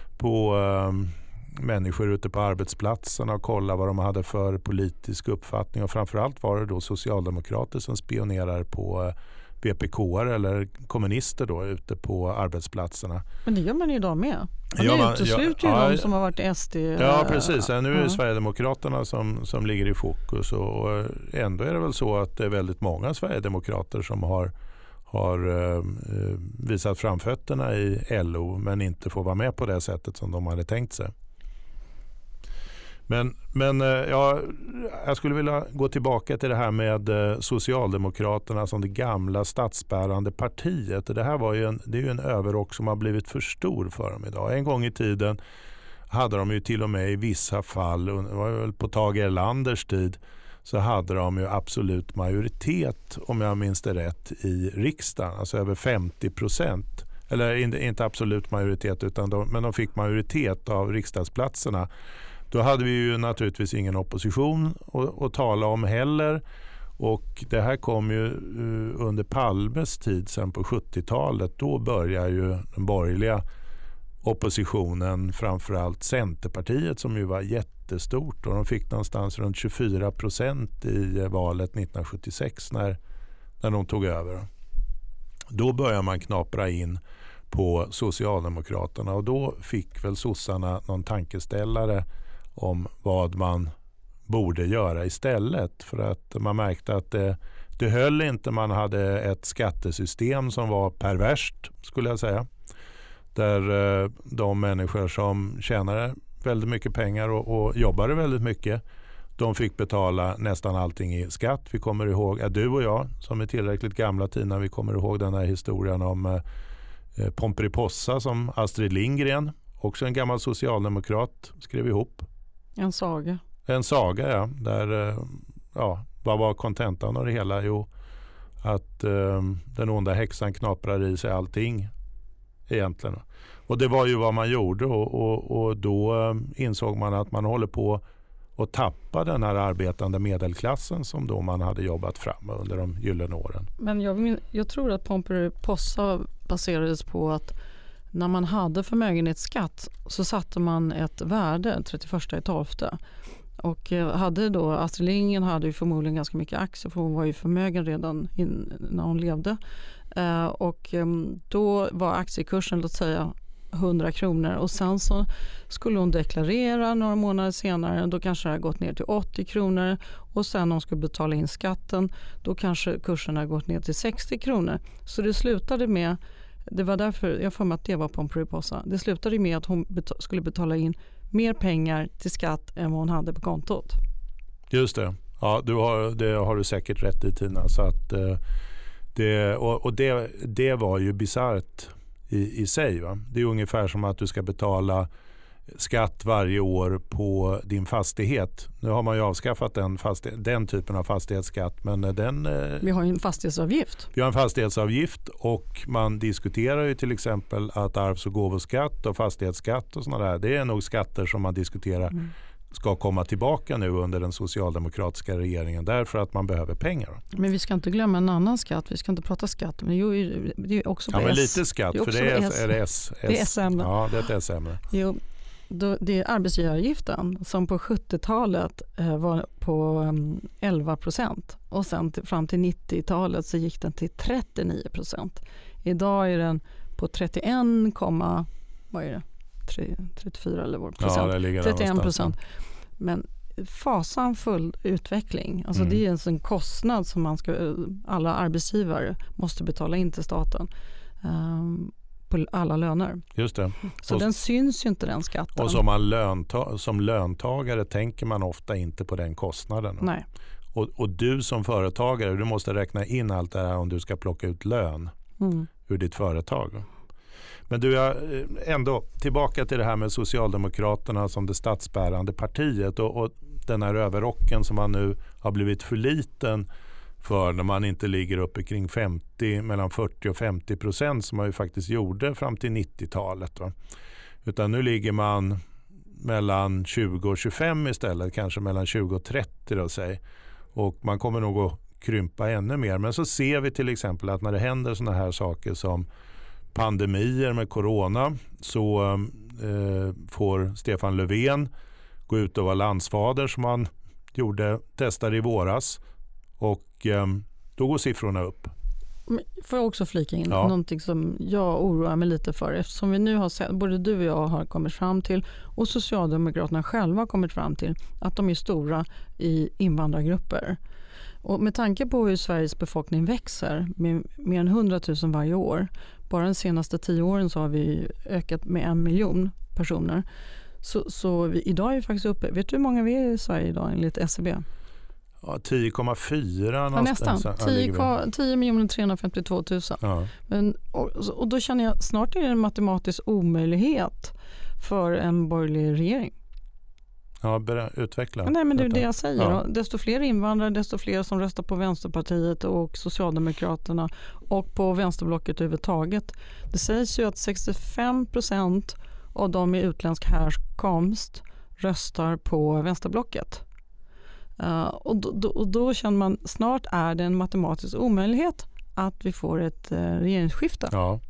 [SPEAKER 1] människor ute på arbetsplatserna och kolla vad de hade för politisk uppfattning, och framförallt var det då socialdemokrater som spionerar på VPK eller kommunister då ute på arbetsplatserna. Men det
[SPEAKER 2] gör man ju idag med. Man utesluter ju de som har varit SD.
[SPEAKER 1] Ja, precis. Nu är det Sverigedemokraterna som ligger i fokus, och ändå är det väl så att det är väldigt många Sverigedemokrater som har visat framfötterna i LO men inte får vara med på det sättet som de hade tänkt sig. Men jag skulle vilja gå tillbaka till det här med Socialdemokraterna som det gamla statsbärande partiet. Det här det är ju en överrock som har blivit för stor för dem idag. En gång i tiden hade de ju till och med i vissa fall, det var väl på Tage Erlanders tid, så hade de ju absolut majoritet, om jag minns det rätt, i riksdagen. Alltså över 50%. Eller inte absolut majoritet, men de fick majoritet av riksdagsplatserna. Då hade vi ju naturligtvis ingen opposition att tala om heller, och det här kom ju under Palmes tid sen på 70-talet. Då börjar ju den borgerliga oppositionen, framförallt Centerpartiet som ju var jättestort, och de fick någonstans runt 24% i valet 1976 när de tog över. Då börjar man knapra in på Socialdemokraterna, och då fick väl sossarna någon tankeställare om vad man borde göra istället, för att man märkte att det höll inte. Man hade ett skattesystem som var perverst, skulle jag säga, där de människor som tjänade väldigt mycket pengar och jobbade väldigt mycket, de fick betala nästan allting i skatt. Vi kommer ihåg, du och jag som är tillräckligt gamla, Tina, vi kommer ihåg den här historien om Pomperipossa som Astrid Lindgren, också en gammal socialdemokrat, skrev ihop.
[SPEAKER 2] En saga.
[SPEAKER 1] En saga, ja. Där, vad var kontentan av det hela? Jo, att den onda häxan knaprar i sig allting egentligen. Och det var ju vad man gjorde, och då insåg man att man håller på att tappa den här arbetande medelklassen som då man hade jobbat fram under de gyllene åren. Men
[SPEAKER 2] jag tror att Pomperipossa baserades på att när man hade förmögenhetsskatt så satte man ett värde 31/12. Och hade då, Astrid Lindgren hade ju förmodligen ganska mycket aktier, för hon var ju förmögen redan när hon levde. Och då var aktiekursen, låt säga 100 kronor, och sen så skulle hon deklarera några månader senare, då kanske det har gått ner till 80 kronor, och sen när hon skulle betala in skatten, då kanske kursen har gått ner till 60 kronor. Så det slutade med, det var därför jag får mig att det var Pomperipossa, det slutade med att hon skulle betala in mer pengar till skatt än vad hon hade på kontot.
[SPEAKER 1] Just det. Ja, det har du säkert rätt i, Tina. Så att, det var ju bisarrt i sig. Va? Det är ungefär som att du ska betala skatt varje år på din fastighet. Nu har man ju avskaffat den typen av fastighetsskatt. Men
[SPEAKER 2] vi har ju en fastighetsavgift.
[SPEAKER 1] Vi har en fastighetsavgift och man diskuterar ju till exempel att arvs- och gåvoskatt och fastighetsskatt och sådana där. Det är nog skatter som man diskuterar ska komma tillbaka nu under den socialdemokratiska regeringen därför att man behöver pengar.
[SPEAKER 2] Men vi ska inte glömma en annan skatt. Vi ska inte prata skatt. Men det är också
[SPEAKER 1] men lite skatt, för det är S.
[SPEAKER 2] Det är SM.
[SPEAKER 1] Ja, det är ett SM.
[SPEAKER 2] Jo, det är arbetsgivaravgiften som på 70-talet var på 11% och sen fram till 90-talet så gick den till 39%. Idag är den på 34 eller vad procent.
[SPEAKER 1] Ja, det ligger
[SPEAKER 2] 31%. Men fasanfull utveckling. Alltså det är en kostnad som alla arbetsgivare måste betala in till staten. På alla löner.
[SPEAKER 1] Just det.
[SPEAKER 2] Så den syns ju inte, den skatten.
[SPEAKER 1] Och som löntagare tänker man ofta inte på den kostnaden.
[SPEAKER 2] Nej.
[SPEAKER 1] Och du som företagare, du måste räkna in allt det här om du ska plocka ut lön ur ditt företag. Men du, ändå tillbaka till det här med Socialdemokraterna som det statsbärande partiet och den här överrocken som man nu har blivit för liten för när man inte ligger uppe kring mellan 40 och 50% som man ju faktiskt gjorde fram till 90-talet. Va? Utan nu ligger man mellan 20 och 25 istället, kanske mellan 20 och 30 då, säg. Och man kommer nog att krympa ännu mer. Men så ser vi till exempel att när det händer såna här saker som pandemier med corona så får Stefan Löfven gå ut och vara landsfader som han testade i våras. Och då går siffrorna upp.
[SPEAKER 2] Får jag också flika in någonting som jag oroar mig lite för, eftersom vi nu har sett, både du och jag har kommit fram till och Socialdemokraterna själva har kommit fram till att de är stora i invandrargrupper. Och med tanke på hur Sveriges befolkning växer med mer än 100 000 varje år, bara de senaste 10 åren så har vi ökat med 1 miljon personer. Så idag är vi faktiskt uppe, vet du hur många vi är i Sverige idag enligt SCB?
[SPEAKER 1] Ja, 10,4
[SPEAKER 2] ja, nästan. 10 352 000.
[SPEAKER 1] Ja.
[SPEAKER 2] Och då känner jag snart är det en matematisk omöjlighet för en borgerlig regering.
[SPEAKER 1] Ja, utveckla.
[SPEAKER 2] Nej, men det är det jag säger.
[SPEAKER 1] Ja.
[SPEAKER 2] Desto fler invandrare, desto fler som röstar på Vänsterpartiet och Socialdemokraterna och på vänsterblocket överhuvudtaget. Det sägs ju att 65% av de med utländsk härkomst röstar på vänsterblocket. Och då känner man snart är det en matematisk omöjlighet att vi får ett regeringsskifte.
[SPEAKER 1] Ja,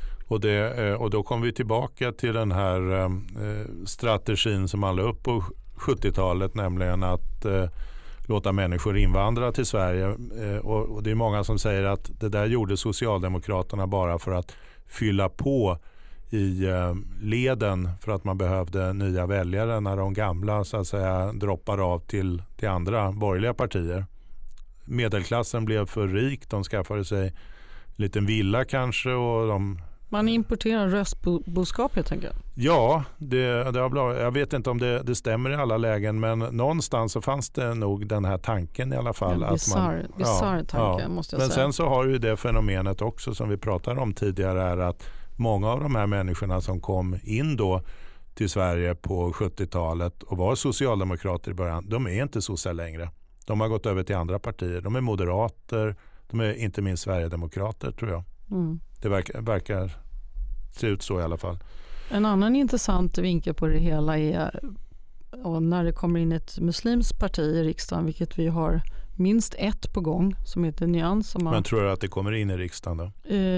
[SPEAKER 1] och då kommer vi tillbaka till den här strategin som man la upp på 70-talet, nämligen att låta människor invandra till Sverige. Och det är många som säger att det där gjorde Socialdemokraterna bara för att fylla på i leden för att man behövde nya väljare när de gamla så att säga droppar av till andra borgerliga partier. Medelklassen blev för rik, de skaffade sig en liten villa kanske och
[SPEAKER 2] man importerar röstboskap helt enkelt.
[SPEAKER 1] Ja, jag vet inte om det stämmer i alla lägen, men någonstans så fanns det nog den här tanken i alla fall.
[SPEAKER 2] Bizarr tanke måste jag säga.
[SPEAKER 1] Men sen så har ju det fenomenet också som vi pratade om tidigare är att många av de här människorna som kom in då till Sverige på 70-talet och var socialdemokrater i början, de är inte sossar längre. De har gått över till andra partier. De är moderater, de är inte minst sverigedemokrater tror jag.
[SPEAKER 2] Mm.
[SPEAKER 1] Det verkar se ut så i alla fall.
[SPEAKER 2] En annan intressant vinkel på det hela är när det kommer in ett muslimskt parti i riksdagen, vilket vi har minst ett på gång som heter Nyans.
[SPEAKER 1] Men tror du att det kommer in i riksdagen då?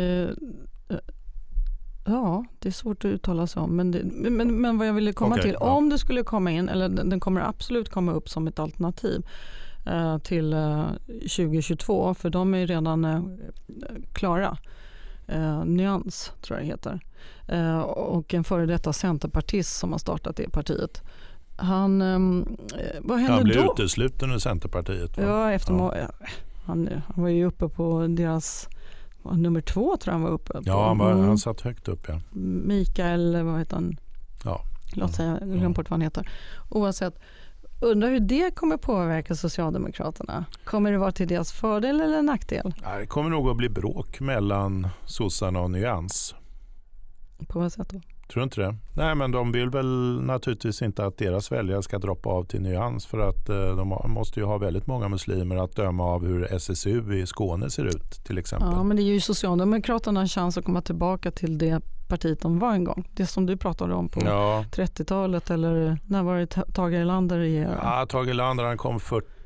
[SPEAKER 2] Ja, det är svårt att uttala sig om. Men vad jag ville komma till, om det skulle komma in, eller den kommer absolut komma upp som ett alternativ till 2022, för de är redan klara. Nyans tror jag det heter. Och en före detta centerpartist som har startat det partiet. Vad hände då?
[SPEAKER 1] Han blev utesluten ur Centerpartiet. Va?
[SPEAKER 2] Ja, han var ju uppe på deras nummer 2 tror jag han var uppe på.
[SPEAKER 1] Ja, han satt högt upp. Ja.
[SPEAKER 2] Mikael, vad heter han?
[SPEAKER 1] Ja,
[SPEAKER 2] Låt säga, jag glömde bort vad han heter. Oavsett, undrar hur det kommer påverka Socialdemokraterna. Kommer det vara till deras fördel eller nackdel?
[SPEAKER 1] Det kommer nog att bli bråk mellan sossarna och Nyans.
[SPEAKER 2] På vad sätt då?
[SPEAKER 1] Tror du inte det? Nej, men de vill väl naturligtvis inte att deras väljare ska droppa av till Nyans, för att de måste ju ha väldigt många muslimer att döma av hur SSU i Skåne ser ut till exempel.
[SPEAKER 2] Ja, men det ger ju Socialdemokraterna en chans att komma tillbaka till det partiet de var en gång. Det som du pratade om på 30-talet, eller när var det Tage Erlander regerade?
[SPEAKER 1] Ja, Tage Erlander, han kom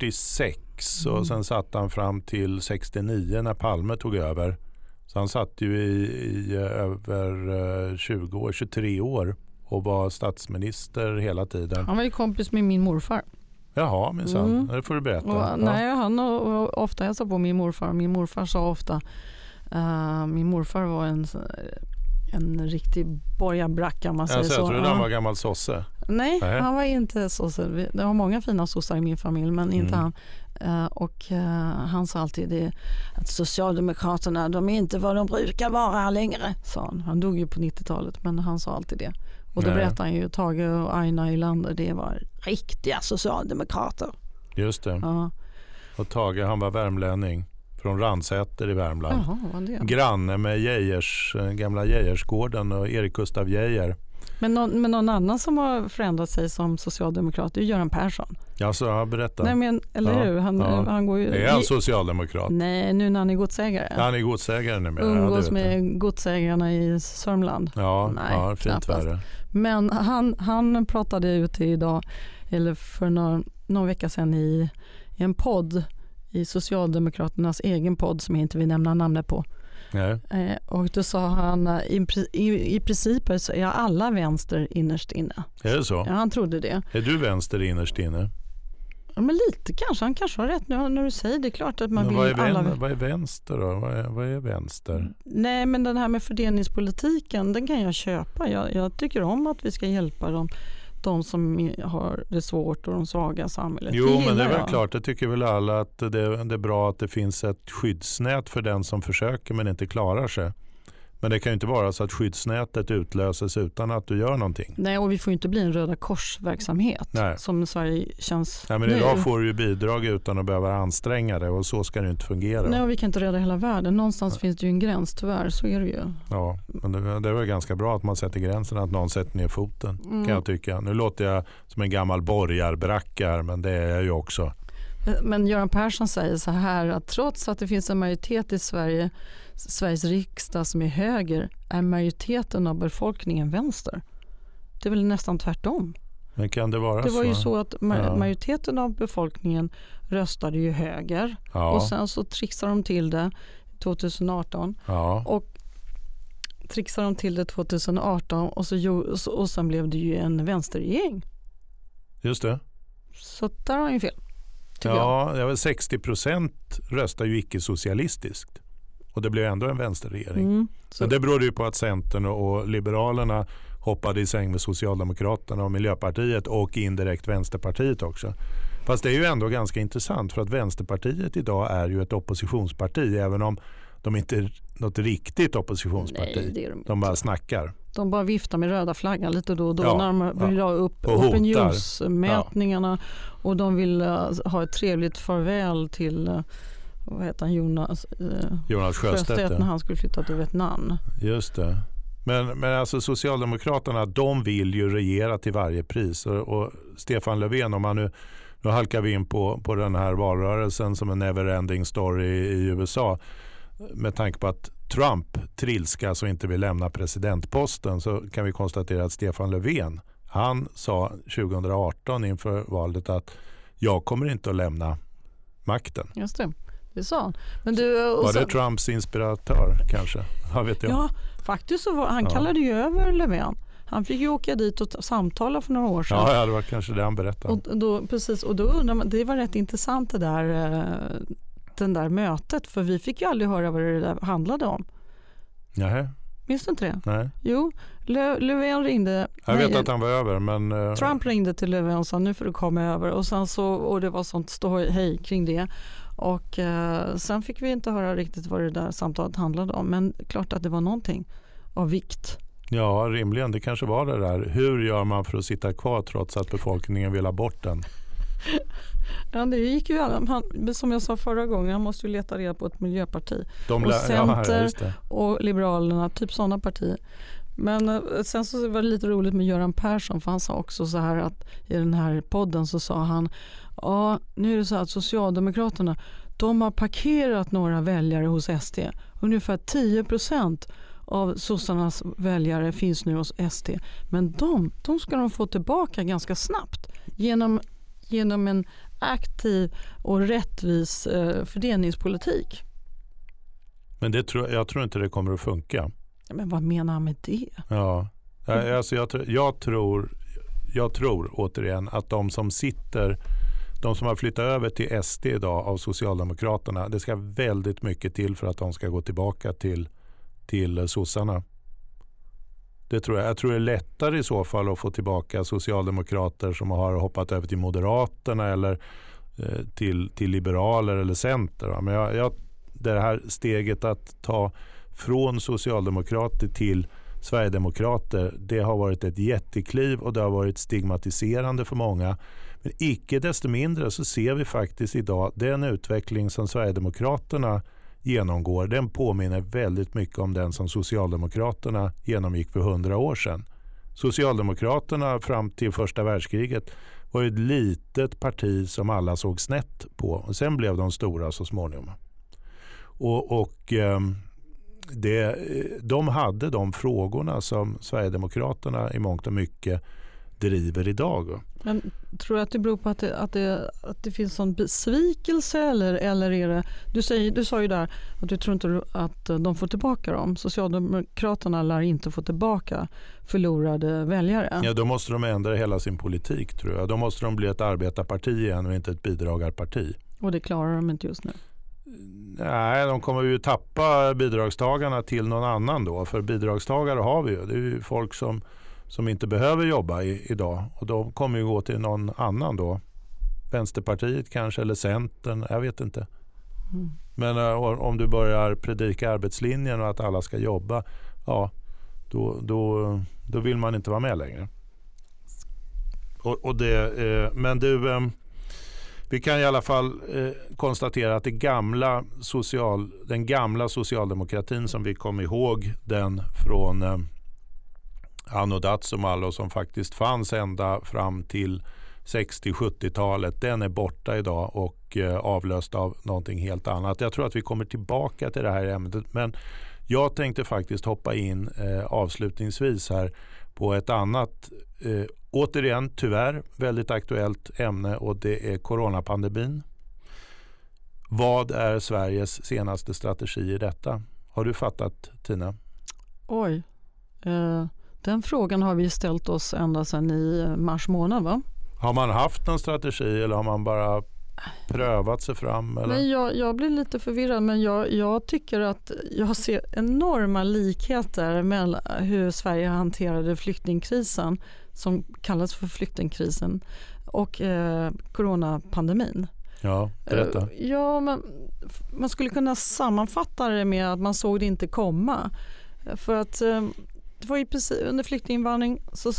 [SPEAKER 1] 46 och sen satt han fram till 69 när Palme tog över. Så han satt ju i över 20 år, 23 år och var statsminister hela tiden.
[SPEAKER 2] Han var ju kompis med min morfar.
[SPEAKER 1] Jaha, minsann. Det får du berätta.
[SPEAKER 2] Nej, han har ofta hälsat på min morfar. Min morfar sa ofta, min morfar var en riktig borgarbracka, man säger så.
[SPEAKER 1] Jag tror han var gammal sosse.
[SPEAKER 2] Nej, han var inte sosse. Det var många fina sossar i min familj, men inte han. Och han sa alltid det, att Socialdemokraterna, de är inte vad de brukar vara längre, sa han. Han dog ju på 90-talet, men han sa alltid det. Och då berättade han ju, Tage och Aina Erlander, det var riktiga socialdemokrater.
[SPEAKER 1] Just det.
[SPEAKER 2] Ja.
[SPEAKER 1] Och Tage, han var värmlänning från Ransäter i Värmland.
[SPEAKER 2] Jaha, vad det?
[SPEAKER 1] Granne med gamla Geijersgården och Erik Gustaf Geijer.
[SPEAKER 2] Men någon annan som har förändrat sig som socialdemokrat är Göran Persson.
[SPEAKER 1] Ja, så jag berättat.
[SPEAKER 2] Nej, men, eller hur? Han går ju...
[SPEAKER 1] Är han socialdemokrat?
[SPEAKER 2] Nej, nu när han är godsägare.
[SPEAKER 1] Ja, han är godsägare nu.
[SPEAKER 2] Umgås med godsägarna i Sörmland.
[SPEAKER 1] Ja, fint värre.
[SPEAKER 2] Men han pratade ute idag, eller för någon vecka sedan i en podd, i Socialdemokraternas egen podd som jag inte vill nämna namnet på.
[SPEAKER 1] Nej.
[SPEAKER 2] Och då sa han, i princip så är alla vänster innerst inne.
[SPEAKER 1] Är det så?
[SPEAKER 2] Ja, han trodde det.
[SPEAKER 1] Är du vänster innerst inne?
[SPEAKER 2] Ja, men lite kanske. Han kanske har rätt nu när du säger det. Klart att man
[SPEAKER 1] men
[SPEAKER 2] vill
[SPEAKER 1] vad är vänster då? Vad är vänster?
[SPEAKER 2] Nej, men den här med fördelningspolitiken, den kan jag köpa. Jag tycker om att vi ska hjälpa de som har det svårt och de svaga i samhället.
[SPEAKER 1] Jo, men det är väl klart, det tycker väl alla, att det är bra att det finns ett skyddsnät för den som försöker men inte klarar sig. Men det kan ju inte vara så att skyddsnätet utlöses utan att du gör någonting.
[SPEAKER 2] Nej, och vi får ju inte bli en Röda Kors-verksamhet som Sverige känns.
[SPEAKER 1] Nej, men idag får du ju bidrag utan att behöva anstränga det, och så ska det inte fungera.
[SPEAKER 2] Nej, och vi kan inte rädda hela världen. Någonstans finns det ju en gräns, tyvärr, så är det ju.
[SPEAKER 1] Ja, men det är väl ganska bra att man sätter gränsen, att någon sätter ner foten, kan jag tycka. Nu låter jag som en gammal borgarbracka här, men det är jag ju också.
[SPEAKER 2] Men Göran Persson säger så här, att trots att det finns en majoritet i Sveriges riksdag som är höger, är majoriteten av befolkningen vänster. Det är väl nästan tvärtom.
[SPEAKER 1] Men kan det vara så?
[SPEAKER 2] Det var ju så att majoriteten av befolkningen röstade ju höger.
[SPEAKER 1] Ja.
[SPEAKER 2] Och sen så trixade de till det 2018.
[SPEAKER 1] Ja.
[SPEAKER 2] Och trixade de till det 2018 och sen blev det ju en vänsterregering.
[SPEAKER 1] Just det.
[SPEAKER 2] Så där har han ju fel.
[SPEAKER 1] Ja, 60% röstar ju icke-socialistiskt. Och det blev ändå en vänsterregering. Men det beror ju på att Centern och Liberalerna hoppade i säng med Socialdemokraterna och Miljöpartiet och indirekt Vänsterpartiet också. Fast det är ju ändå ganska intressant, för att Vänsterpartiet idag är ju ett oppositionsparti, även om de inte är något riktigt oppositionsparti.
[SPEAKER 2] Nej, det är
[SPEAKER 1] de bara snackar.
[SPEAKER 2] De bara viftar med röda flaggan lite då och då när de vill ha upp
[SPEAKER 1] och
[SPEAKER 2] opinionsmätningarna och de vill ha ett trevligt farväl till vad heter han, Jonas Sjöstedt när han skulle flytta till Vietnam.
[SPEAKER 1] Just det. Men alltså Socialdemokraterna, de vill ju regera till varje pris, och Stefan Löfven, om man nu halkar vi in på den här valrörelsen som en never-ending story i USA, med tanke på att Trump trilskas och inte vill lämna presidentposten, så kan vi konstatera att Stefan Löfven, han sa 2018 inför valet att jag kommer inte att lämna makten.
[SPEAKER 2] Just det sa han. Men
[SPEAKER 1] var det Trumps inspiratör kanske? Vet jag.
[SPEAKER 2] Ja, faktiskt så han kallade ju över Löfven. Han fick ju åka dit och samtala för några år sedan.
[SPEAKER 1] Ja, det var kanske det han berättade.
[SPEAKER 2] Och då undrar man, det var rätt intressant den där mötet, för vi fick ju aldrig höra vad det där handlade om.
[SPEAKER 1] Nej.
[SPEAKER 2] Minns du inte det?
[SPEAKER 1] Nej.
[SPEAKER 2] Jo, Löfven ringde.
[SPEAKER 1] Jag vet att han var över, men
[SPEAKER 2] Trump ringde till Löfven och sa nu får du komma över, och sen och det var sånt ståhej kring det. Och sen fick vi inte höra riktigt vad det där samtalet handlade om, men klart att det var någonting av vikt.
[SPEAKER 1] Ja, rimligen. Det kanske var det där. Hur gör man för att sitta kvar trots att befolkningen vill ha bort den?
[SPEAKER 2] Ja, det gick ju som jag sa förra gången, han måste ju leta reda på ett miljöparti. Och Center och Liberalerna, typ sådana partier. Men sen så var det lite roligt med Göran Persson, för han sa också så här att i den här podden så sa han, ja, nu är det så att Socialdemokraterna, de har parkerat några väljare hos SD. Ungefär 10% av sossarnas väljare finns nu hos SD. Men de ska de få tillbaka ganska snabbt genom en aktiv och rättvis fördelningspolitik.
[SPEAKER 1] Men jag tror inte det kommer att funka.
[SPEAKER 2] Men vad menar han med det?
[SPEAKER 1] Ja, alltså jag tror återigen att de som har flyttat över till SD idag av Socialdemokraterna, det ska väldigt mycket till för att de ska gå tillbaka till sossarna. Det tror jag. Jag tror det är lättare i så fall att få tillbaka socialdemokrater som har hoppat över till Moderaterna eller till liberaler eller Center. Men det här steget att ta från socialdemokrater till Sverigedemokrater, det har varit ett jättekliv och det har varit stigmatiserande för många. Men icke desto mindre så ser vi faktiskt idag den utveckling som Sverigedemokraterna genomgår, den påminner väldigt mycket om den som Socialdemokraterna genomgick för 100 år sedan. Socialdemokraterna fram till första världskriget var ett litet parti som alla såg snett på. Och sen blev de stora så småningom. De hade de frågorna som Sverigedemokraterna i mångt och mycket driver idag.
[SPEAKER 2] Men tror du att det beror på att det finns en besvikelse eller är det... Du sa ju där att du tror inte att de får tillbaka dem. Socialdemokraterna lär inte få tillbaka förlorade väljare.
[SPEAKER 1] Ja, då måste de ändra hela sin politik, tror jag. Då måste de bli ett arbetarparti igen och inte ett bidragarparti.
[SPEAKER 2] Och det klarar de inte just nu.
[SPEAKER 1] Nej, de kommer ju tappa bidragstagarna till någon annan då. För bidragstagare har vi ju. Det är ju folk som inte behöver jobba idag. Och de kommer ju gå till någon annan då. Vänsterpartiet kanske eller Centern, jag vet inte. Mm. Men om du börjar predika arbetslinjen och att alla ska jobba, ja, då vill man inte vara med längre. Men vi kan i alla fall konstatera att den gamla socialdemokratin som vi kom ihåg den från Anno Datsumalo som faktiskt fanns ända fram till 60-70-talet, den är borta idag och avlöst av någonting helt annat. Jag tror att vi kommer tillbaka till det här ämnet, men jag tänkte faktiskt hoppa in avslutningsvis här på ett annat, återigen tyvärr väldigt aktuellt ämne, och det är coronapandemin. Vad är Sveriges senaste strategi i detta? Har du fattat, Tina?
[SPEAKER 2] Oj, den frågan har vi ställt oss ända sedan i mars månad, va?
[SPEAKER 1] Har man haft en strategi eller har man bara prövat sig fram? Eller?
[SPEAKER 2] Men jag blir lite förvirrad, men jag tycker att jag ser enorma likheter mellan hur Sverige hanterade flyktingkrisen, som kallas för flyktingkrisen, och coronapandemin.
[SPEAKER 1] Ja, berätta.
[SPEAKER 2] Ja, men man skulle kunna sammanfatta det med att man såg det inte komma. För att det var ju precis under flyktinginvandring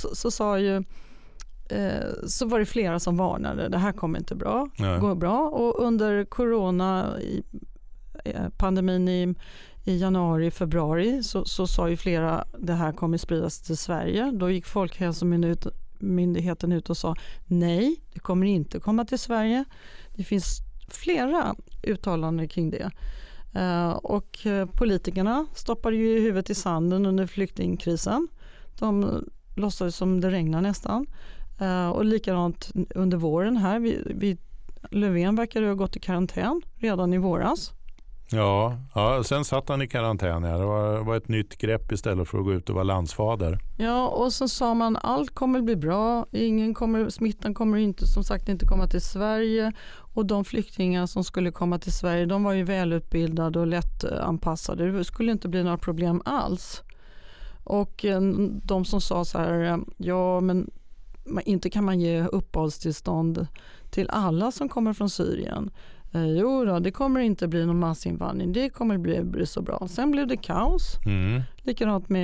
[SPEAKER 2] så var det flera som varnade. Det här kommer inte gå bra. Och under coronapandemin i januari, februari så sa ju flera det här kommer spridas till Sverige. Då gick Folkhälsomyndigheten ut och sa nej, det kommer inte komma till Sverige. Det finns flera uttalanden kring det. Och politikerna stoppade ju huvudet i sanden under flyktingkrisen. De låtsades som det regnar nästan. Och likadant under våren här. Löfven verkar ha gått i karantän redan i våras.
[SPEAKER 1] Ja, sen satt han i karantän. Ja. Det var ett nytt grepp istället för att gå ut och vara landsfader.
[SPEAKER 2] Ja, och så sa man allt kommer bli bra. Smittan kommer inte, som sagt, inte komma till Sverige. Och de flyktingar som skulle komma till Sverige, de var ju välutbildade och lätt anpassade. Det skulle inte bli några problem alls. Och de som sa så här, ja men inte kan man ge uppehållstillstånd till alla som kommer från Syrien. Jo då, det kommer inte bli någon massinvandring. Det kommer bli så bra. Sen blev det kaos. Likadant med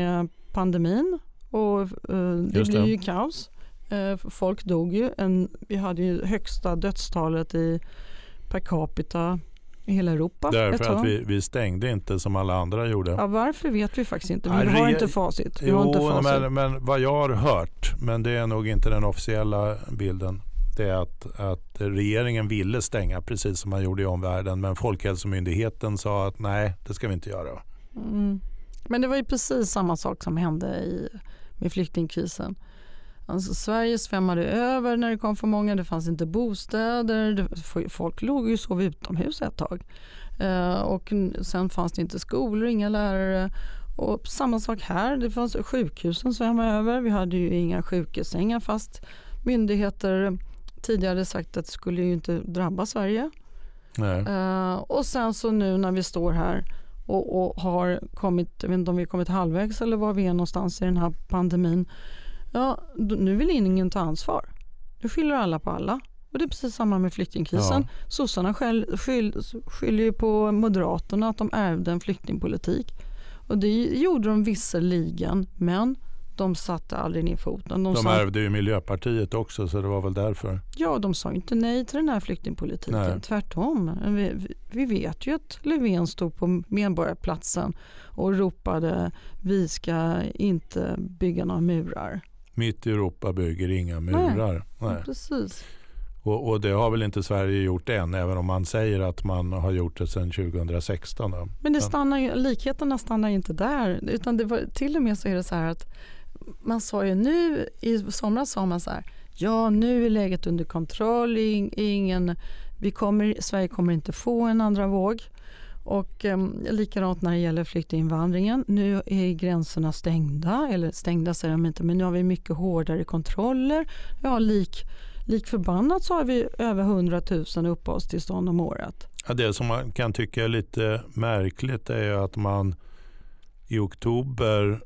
[SPEAKER 2] pandemin och det blev ju kaos. Folk dog ju. Vi hade ju högsta dödstalet per capita i hela Europa.
[SPEAKER 1] Därför att vi stängde inte som alla andra gjorde.
[SPEAKER 2] Ja, varför vet vi faktiskt inte. Vi har inte facit.
[SPEAKER 1] Men vad jag har hört, men det är nog inte den officiella bilden, det är att regeringen ville stänga precis som man gjorde i omvärlden, men Folkhälsomyndigheten sa att nej, det ska vi inte göra.
[SPEAKER 2] Men det var ju precis samma sak som hände med flyktingkrisen. Alltså, Sverige svämmade över när det kom för många. Det fanns inte bostäder. Folk låg ju och sov utomhus ett tag. Och sen fanns det inte skolor, inga lärare. Och samma sak här. Det fanns sjukhusen svämmade över. Vi hade ju inga sjukhussängar fast myndigheter tidigare sagt att det skulle ju inte drabba Sverige.
[SPEAKER 1] Nej.
[SPEAKER 2] Och sen så nu när vi står här och har kommit, jag vet inte om vi har kommit halvvägs eller var vi är någonstans i den här pandemin. Ja, nu vill ingen ta ansvar. Nu skyller alla på alla. Och det är precis samma med flyktingkrisen. Ja. Sossarna skyller ju på Moderaterna att de ärvde en flyktingpolitik. Och det gjorde de visserligen, men de satte aldrig ner foten. De
[SPEAKER 1] ärvde ju Miljöpartiet också, så det var väl därför.
[SPEAKER 2] Ja, de sa inte nej till den här flyktingpolitiken. Nej. Tvärtom. Vi vet ju att Löfven stod på Medborgarplatsen och ropade vi ska inte bygga några murar.
[SPEAKER 1] Mitt i Europa bygger inga murar. Nej.
[SPEAKER 2] Ja, precis.
[SPEAKER 1] Och det har väl inte Sverige gjort än, även om man säger att man har gjort det sedan 2016. Då.
[SPEAKER 2] Men likheterna stannar inte där. Utan det var, till och med så är det så här att man sa ju nu, i somras sa man så här, ja nu är läget under kontroll, Sverige kommer inte få en andra våg. Och likadant när det gäller flyktinginvandringen. Nu är gränserna stängda, eller stängda säger de inte, men nu har vi mycket hårdare kontroller. Ja, lik förbannat så har vi över 100 000 uppehållstillstånd om året.
[SPEAKER 1] Ja, det som man kan tycka är lite märkligt är ju att man i oktober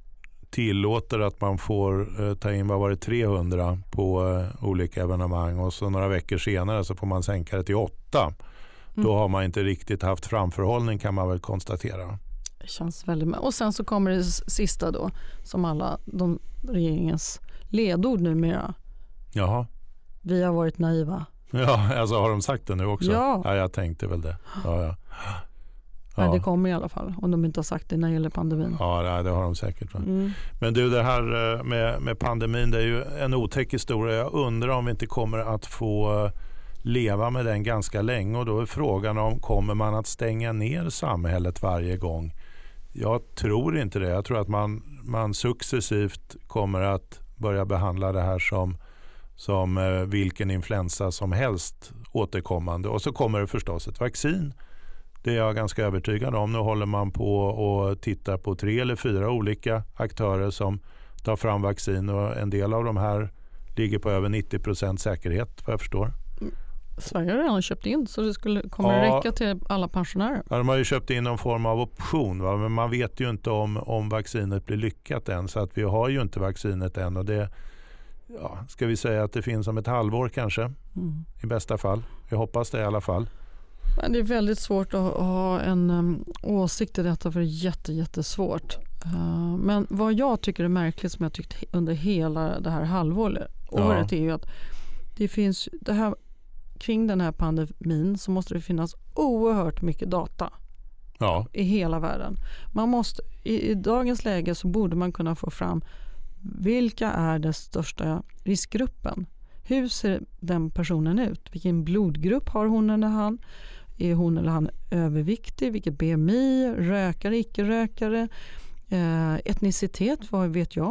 [SPEAKER 1] tillåter att man får ta in 300 på olika evenemang och så några veckor senare så får man sänka det till 8. Då har man inte riktigt haft framförhållning, kan man väl konstatera.
[SPEAKER 2] Det känns väldigt... Och sen så kommer det sista då, som alla regeringens ledord numera.
[SPEAKER 1] Jaha.
[SPEAKER 2] Vi har varit naiva.
[SPEAKER 1] Ja, alltså har de sagt det nu också?
[SPEAKER 2] Ja,
[SPEAKER 1] jag tänkte väl det. Ja.
[SPEAKER 2] Nej, det kommer i alla fall, om de inte har sagt det när det gäller pandemin.
[SPEAKER 1] Ja, det har de säkert. Men du, det här med pandemin, det är ju en otäck historia. Jag undrar om vi inte kommer att få leva med den ganska länge, och då är frågan om kommer man att stänga ner samhället varje gång? Jag tror inte det. Jag tror att man successivt kommer att börja behandla det här som vilken influensa som helst återkommande. Och så kommer det förstås ett vaccin. Det är jag ganska övertygad om. Nu håller man på och tittar på 3 eller 4 olika aktörer som tar fram vaccin, och en del av de här ligger på över 90% säkerhet, vad jag förstår.
[SPEAKER 2] Sverige har redan köpt in, så det kommer att räcka till alla pensionärer.
[SPEAKER 1] Ja, de har ju köpt in någon form av option, va? Men man vet ju inte om vaccinet blir lyckat än, så att vi har ju inte vaccinet än, och det ska vi säga att det finns om ett halvår kanske, i bästa fall. Vi hoppas det i alla fall.
[SPEAKER 2] Men det är väldigt svårt att ha en åsikt i detta, för det är jättesvårt. Men vad jag tycker är märkligt, som jag tyckt under hela det här halvåret är ju att det finns det här, kring den här pandemin så måste det finnas oerhört mycket data i hela världen. Man måste, i dagens läge så borde man kunna få fram vilka är den största riskgruppen. Hur ser den personen ut? Vilken blodgrupp har hon eller han? Är hon eller han överviktig? Vilket BMI? Rökare, icke-rökare? Etnicitet, vad vet jag?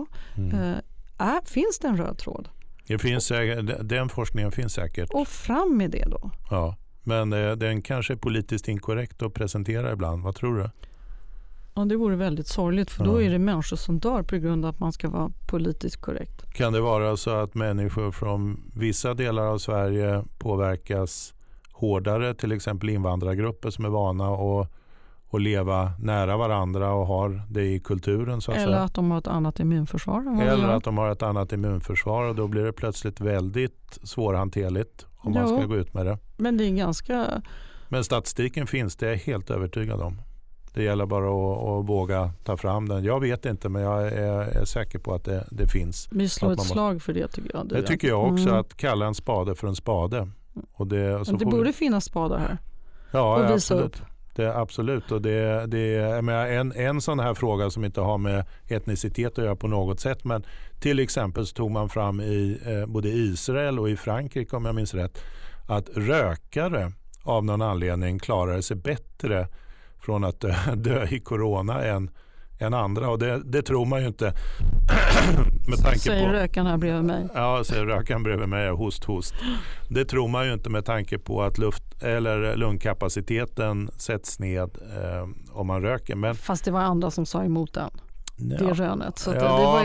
[SPEAKER 2] Finns det en röd tråd?
[SPEAKER 1] Det finns, den forskningen finns säkert.
[SPEAKER 2] Och fram med det då.
[SPEAKER 1] Ja, men den kanske är politiskt inkorrekt att presentera ibland. Vad tror du?
[SPEAKER 2] Ja, det vore väldigt sorgligt, för då är det människor som dör på grund av att man ska vara politiskt korrekt.
[SPEAKER 1] Kan det vara så att människor från vissa delar av Sverige påverkas hårdare, till exempel invandrargrupper som är vana att leva nära varandra och har det i kulturen så att
[SPEAKER 2] Eller
[SPEAKER 1] säga.
[SPEAKER 2] att de har ett annat immunförsvar.
[SPEAKER 1] Eller att de har ett annat immunförsvar, och då blir det plötsligt väldigt svårhanterligt om man ska gå ut med det.
[SPEAKER 2] Men det är ganska...
[SPEAKER 1] Men statistiken finns, det är jag helt övertygad om. Det gäller bara att våga ta fram den. Jag vet inte, men jag är säker på att det finns.
[SPEAKER 2] Vi slår ett slag för det tycker jag.
[SPEAKER 1] Det tycker jag också, att kalla en spade för en spade. Och det
[SPEAKER 2] borde finnas spadar här.
[SPEAKER 1] Ja,
[SPEAKER 2] och visa
[SPEAKER 1] absolut.
[SPEAKER 2] upp.
[SPEAKER 1] Absolut. Och en sån här fråga som inte har med etnicitet att göra på något sätt. Men till exempel så tog man fram i både Israel och i Frankrike, om jag minns rätt, att rökare av någon anledning klarar sig bättre från att dö i corona än andra. Och det tror man ju inte. Med tanke
[SPEAKER 2] säger rökaren här bredvid mig.
[SPEAKER 1] Ja, säger rökaren bredvid mig. Host. Det tror man ju inte med tanke på att lungkapaciteten sätts ned om man röker. Men,
[SPEAKER 2] fast det var andra som sa emot den.
[SPEAKER 1] Ja.
[SPEAKER 2] Det rönet. Så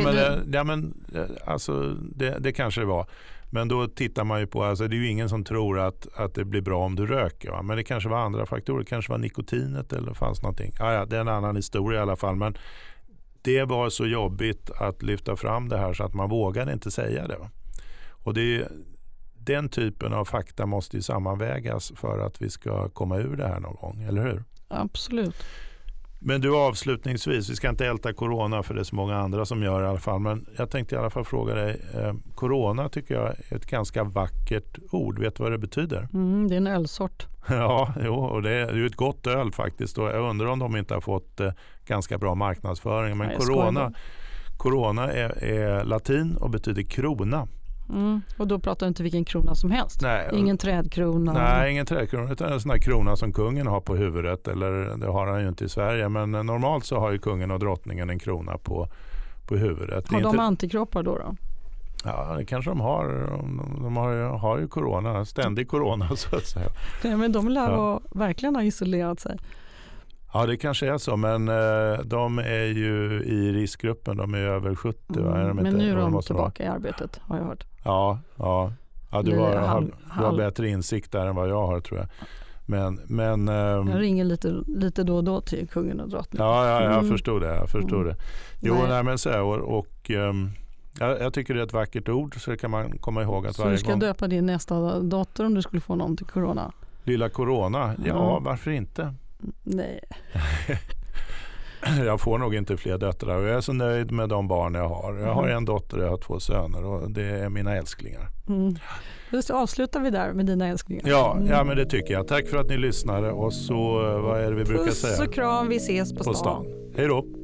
[SPEAKER 1] det kanske det var. Men då tittar man ju på, alltså det är ju ingen som tror att det blir bra om du röker. Va? Men det kanske var andra faktorer, det kanske var nikotinet eller fanns någonting. Ja, det är en annan historia i alla fall. Men det var så jobbigt att lyfta fram det här så att man vågade inte säga det. Va? Och den typen av fakta måste ju sammanvägas för att vi ska komma ur det här någon gång, eller hur?
[SPEAKER 2] Absolut.
[SPEAKER 1] Men du, avslutningsvis, vi ska inte älta corona för det är så många andra som gör i alla fall, men jag tänkte i alla fall fråga dig, corona tycker jag är ett ganska vackert ord, vet du vad det betyder?
[SPEAKER 2] Det är en ölsort.
[SPEAKER 1] Ja, och det är ju ett gott öl faktiskt, och jag undrar om de inte har fått ganska bra marknadsföring, men corona är latin och betyder krona.
[SPEAKER 2] Och då pratar du inte vilken krona som helst.
[SPEAKER 1] Nej,
[SPEAKER 2] ingen trädkrona.
[SPEAKER 1] Nej, ingen trädkrona, utan en sån här krona som kungen har på huvudet, eller det har han ju inte i Sverige, men normalt så har ju kungen och drottningen en krona på huvudet.
[SPEAKER 2] Har de antikroppar då?
[SPEAKER 1] Ja, det kanske de har. De har ju corona, ständig corona så att säga.
[SPEAKER 2] Nej, men de lär verkligen ha isolerat sig.
[SPEAKER 1] Ja, det kanske är så, men de är ju i riskgruppen, de är över 70.
[SPEAKER 2] Men nu är de tillbaka i arbetet, har jag hört.
[SPEAKER 1] Ja, du har bättre insikt där än vad jag har, tror jag. Men
[SPEAKER 2] jag ringer lite då och då till kungen och drottningen.
[SPEAKER 1] Ja, jag förstod det. Jo, men så här, och jag tycker det är ett vackert ord, så det kan man komma ihåg att
[SPEAKER 2] så
[SPEAKER 1] varje gång.
[SPEAKER 2] Så du ska döpa din nästa dotter om du skulle få någon till corona?
[SPEAKER 1] Lilla corona? Ja, varför inte?
[SPEAKER 2] Nej.
[SPEAKER 1] Jag får nog inte fler döttrar och jag är så nöjd med de barn jag har. Jag har en dotter och jag har 2 söner och det är mina älsklingar.
[SPEAKER 2] Just avslutar vi där med dina älsklingar.
[SPEAKER 1] Ja, men det tycker jag. Tack för att ni lyssnade och så, vad är det vi brukar säga?
[SPEAKER 2] Puss och kram, vi ses på stan.
[SPEAKER 1] Hej då!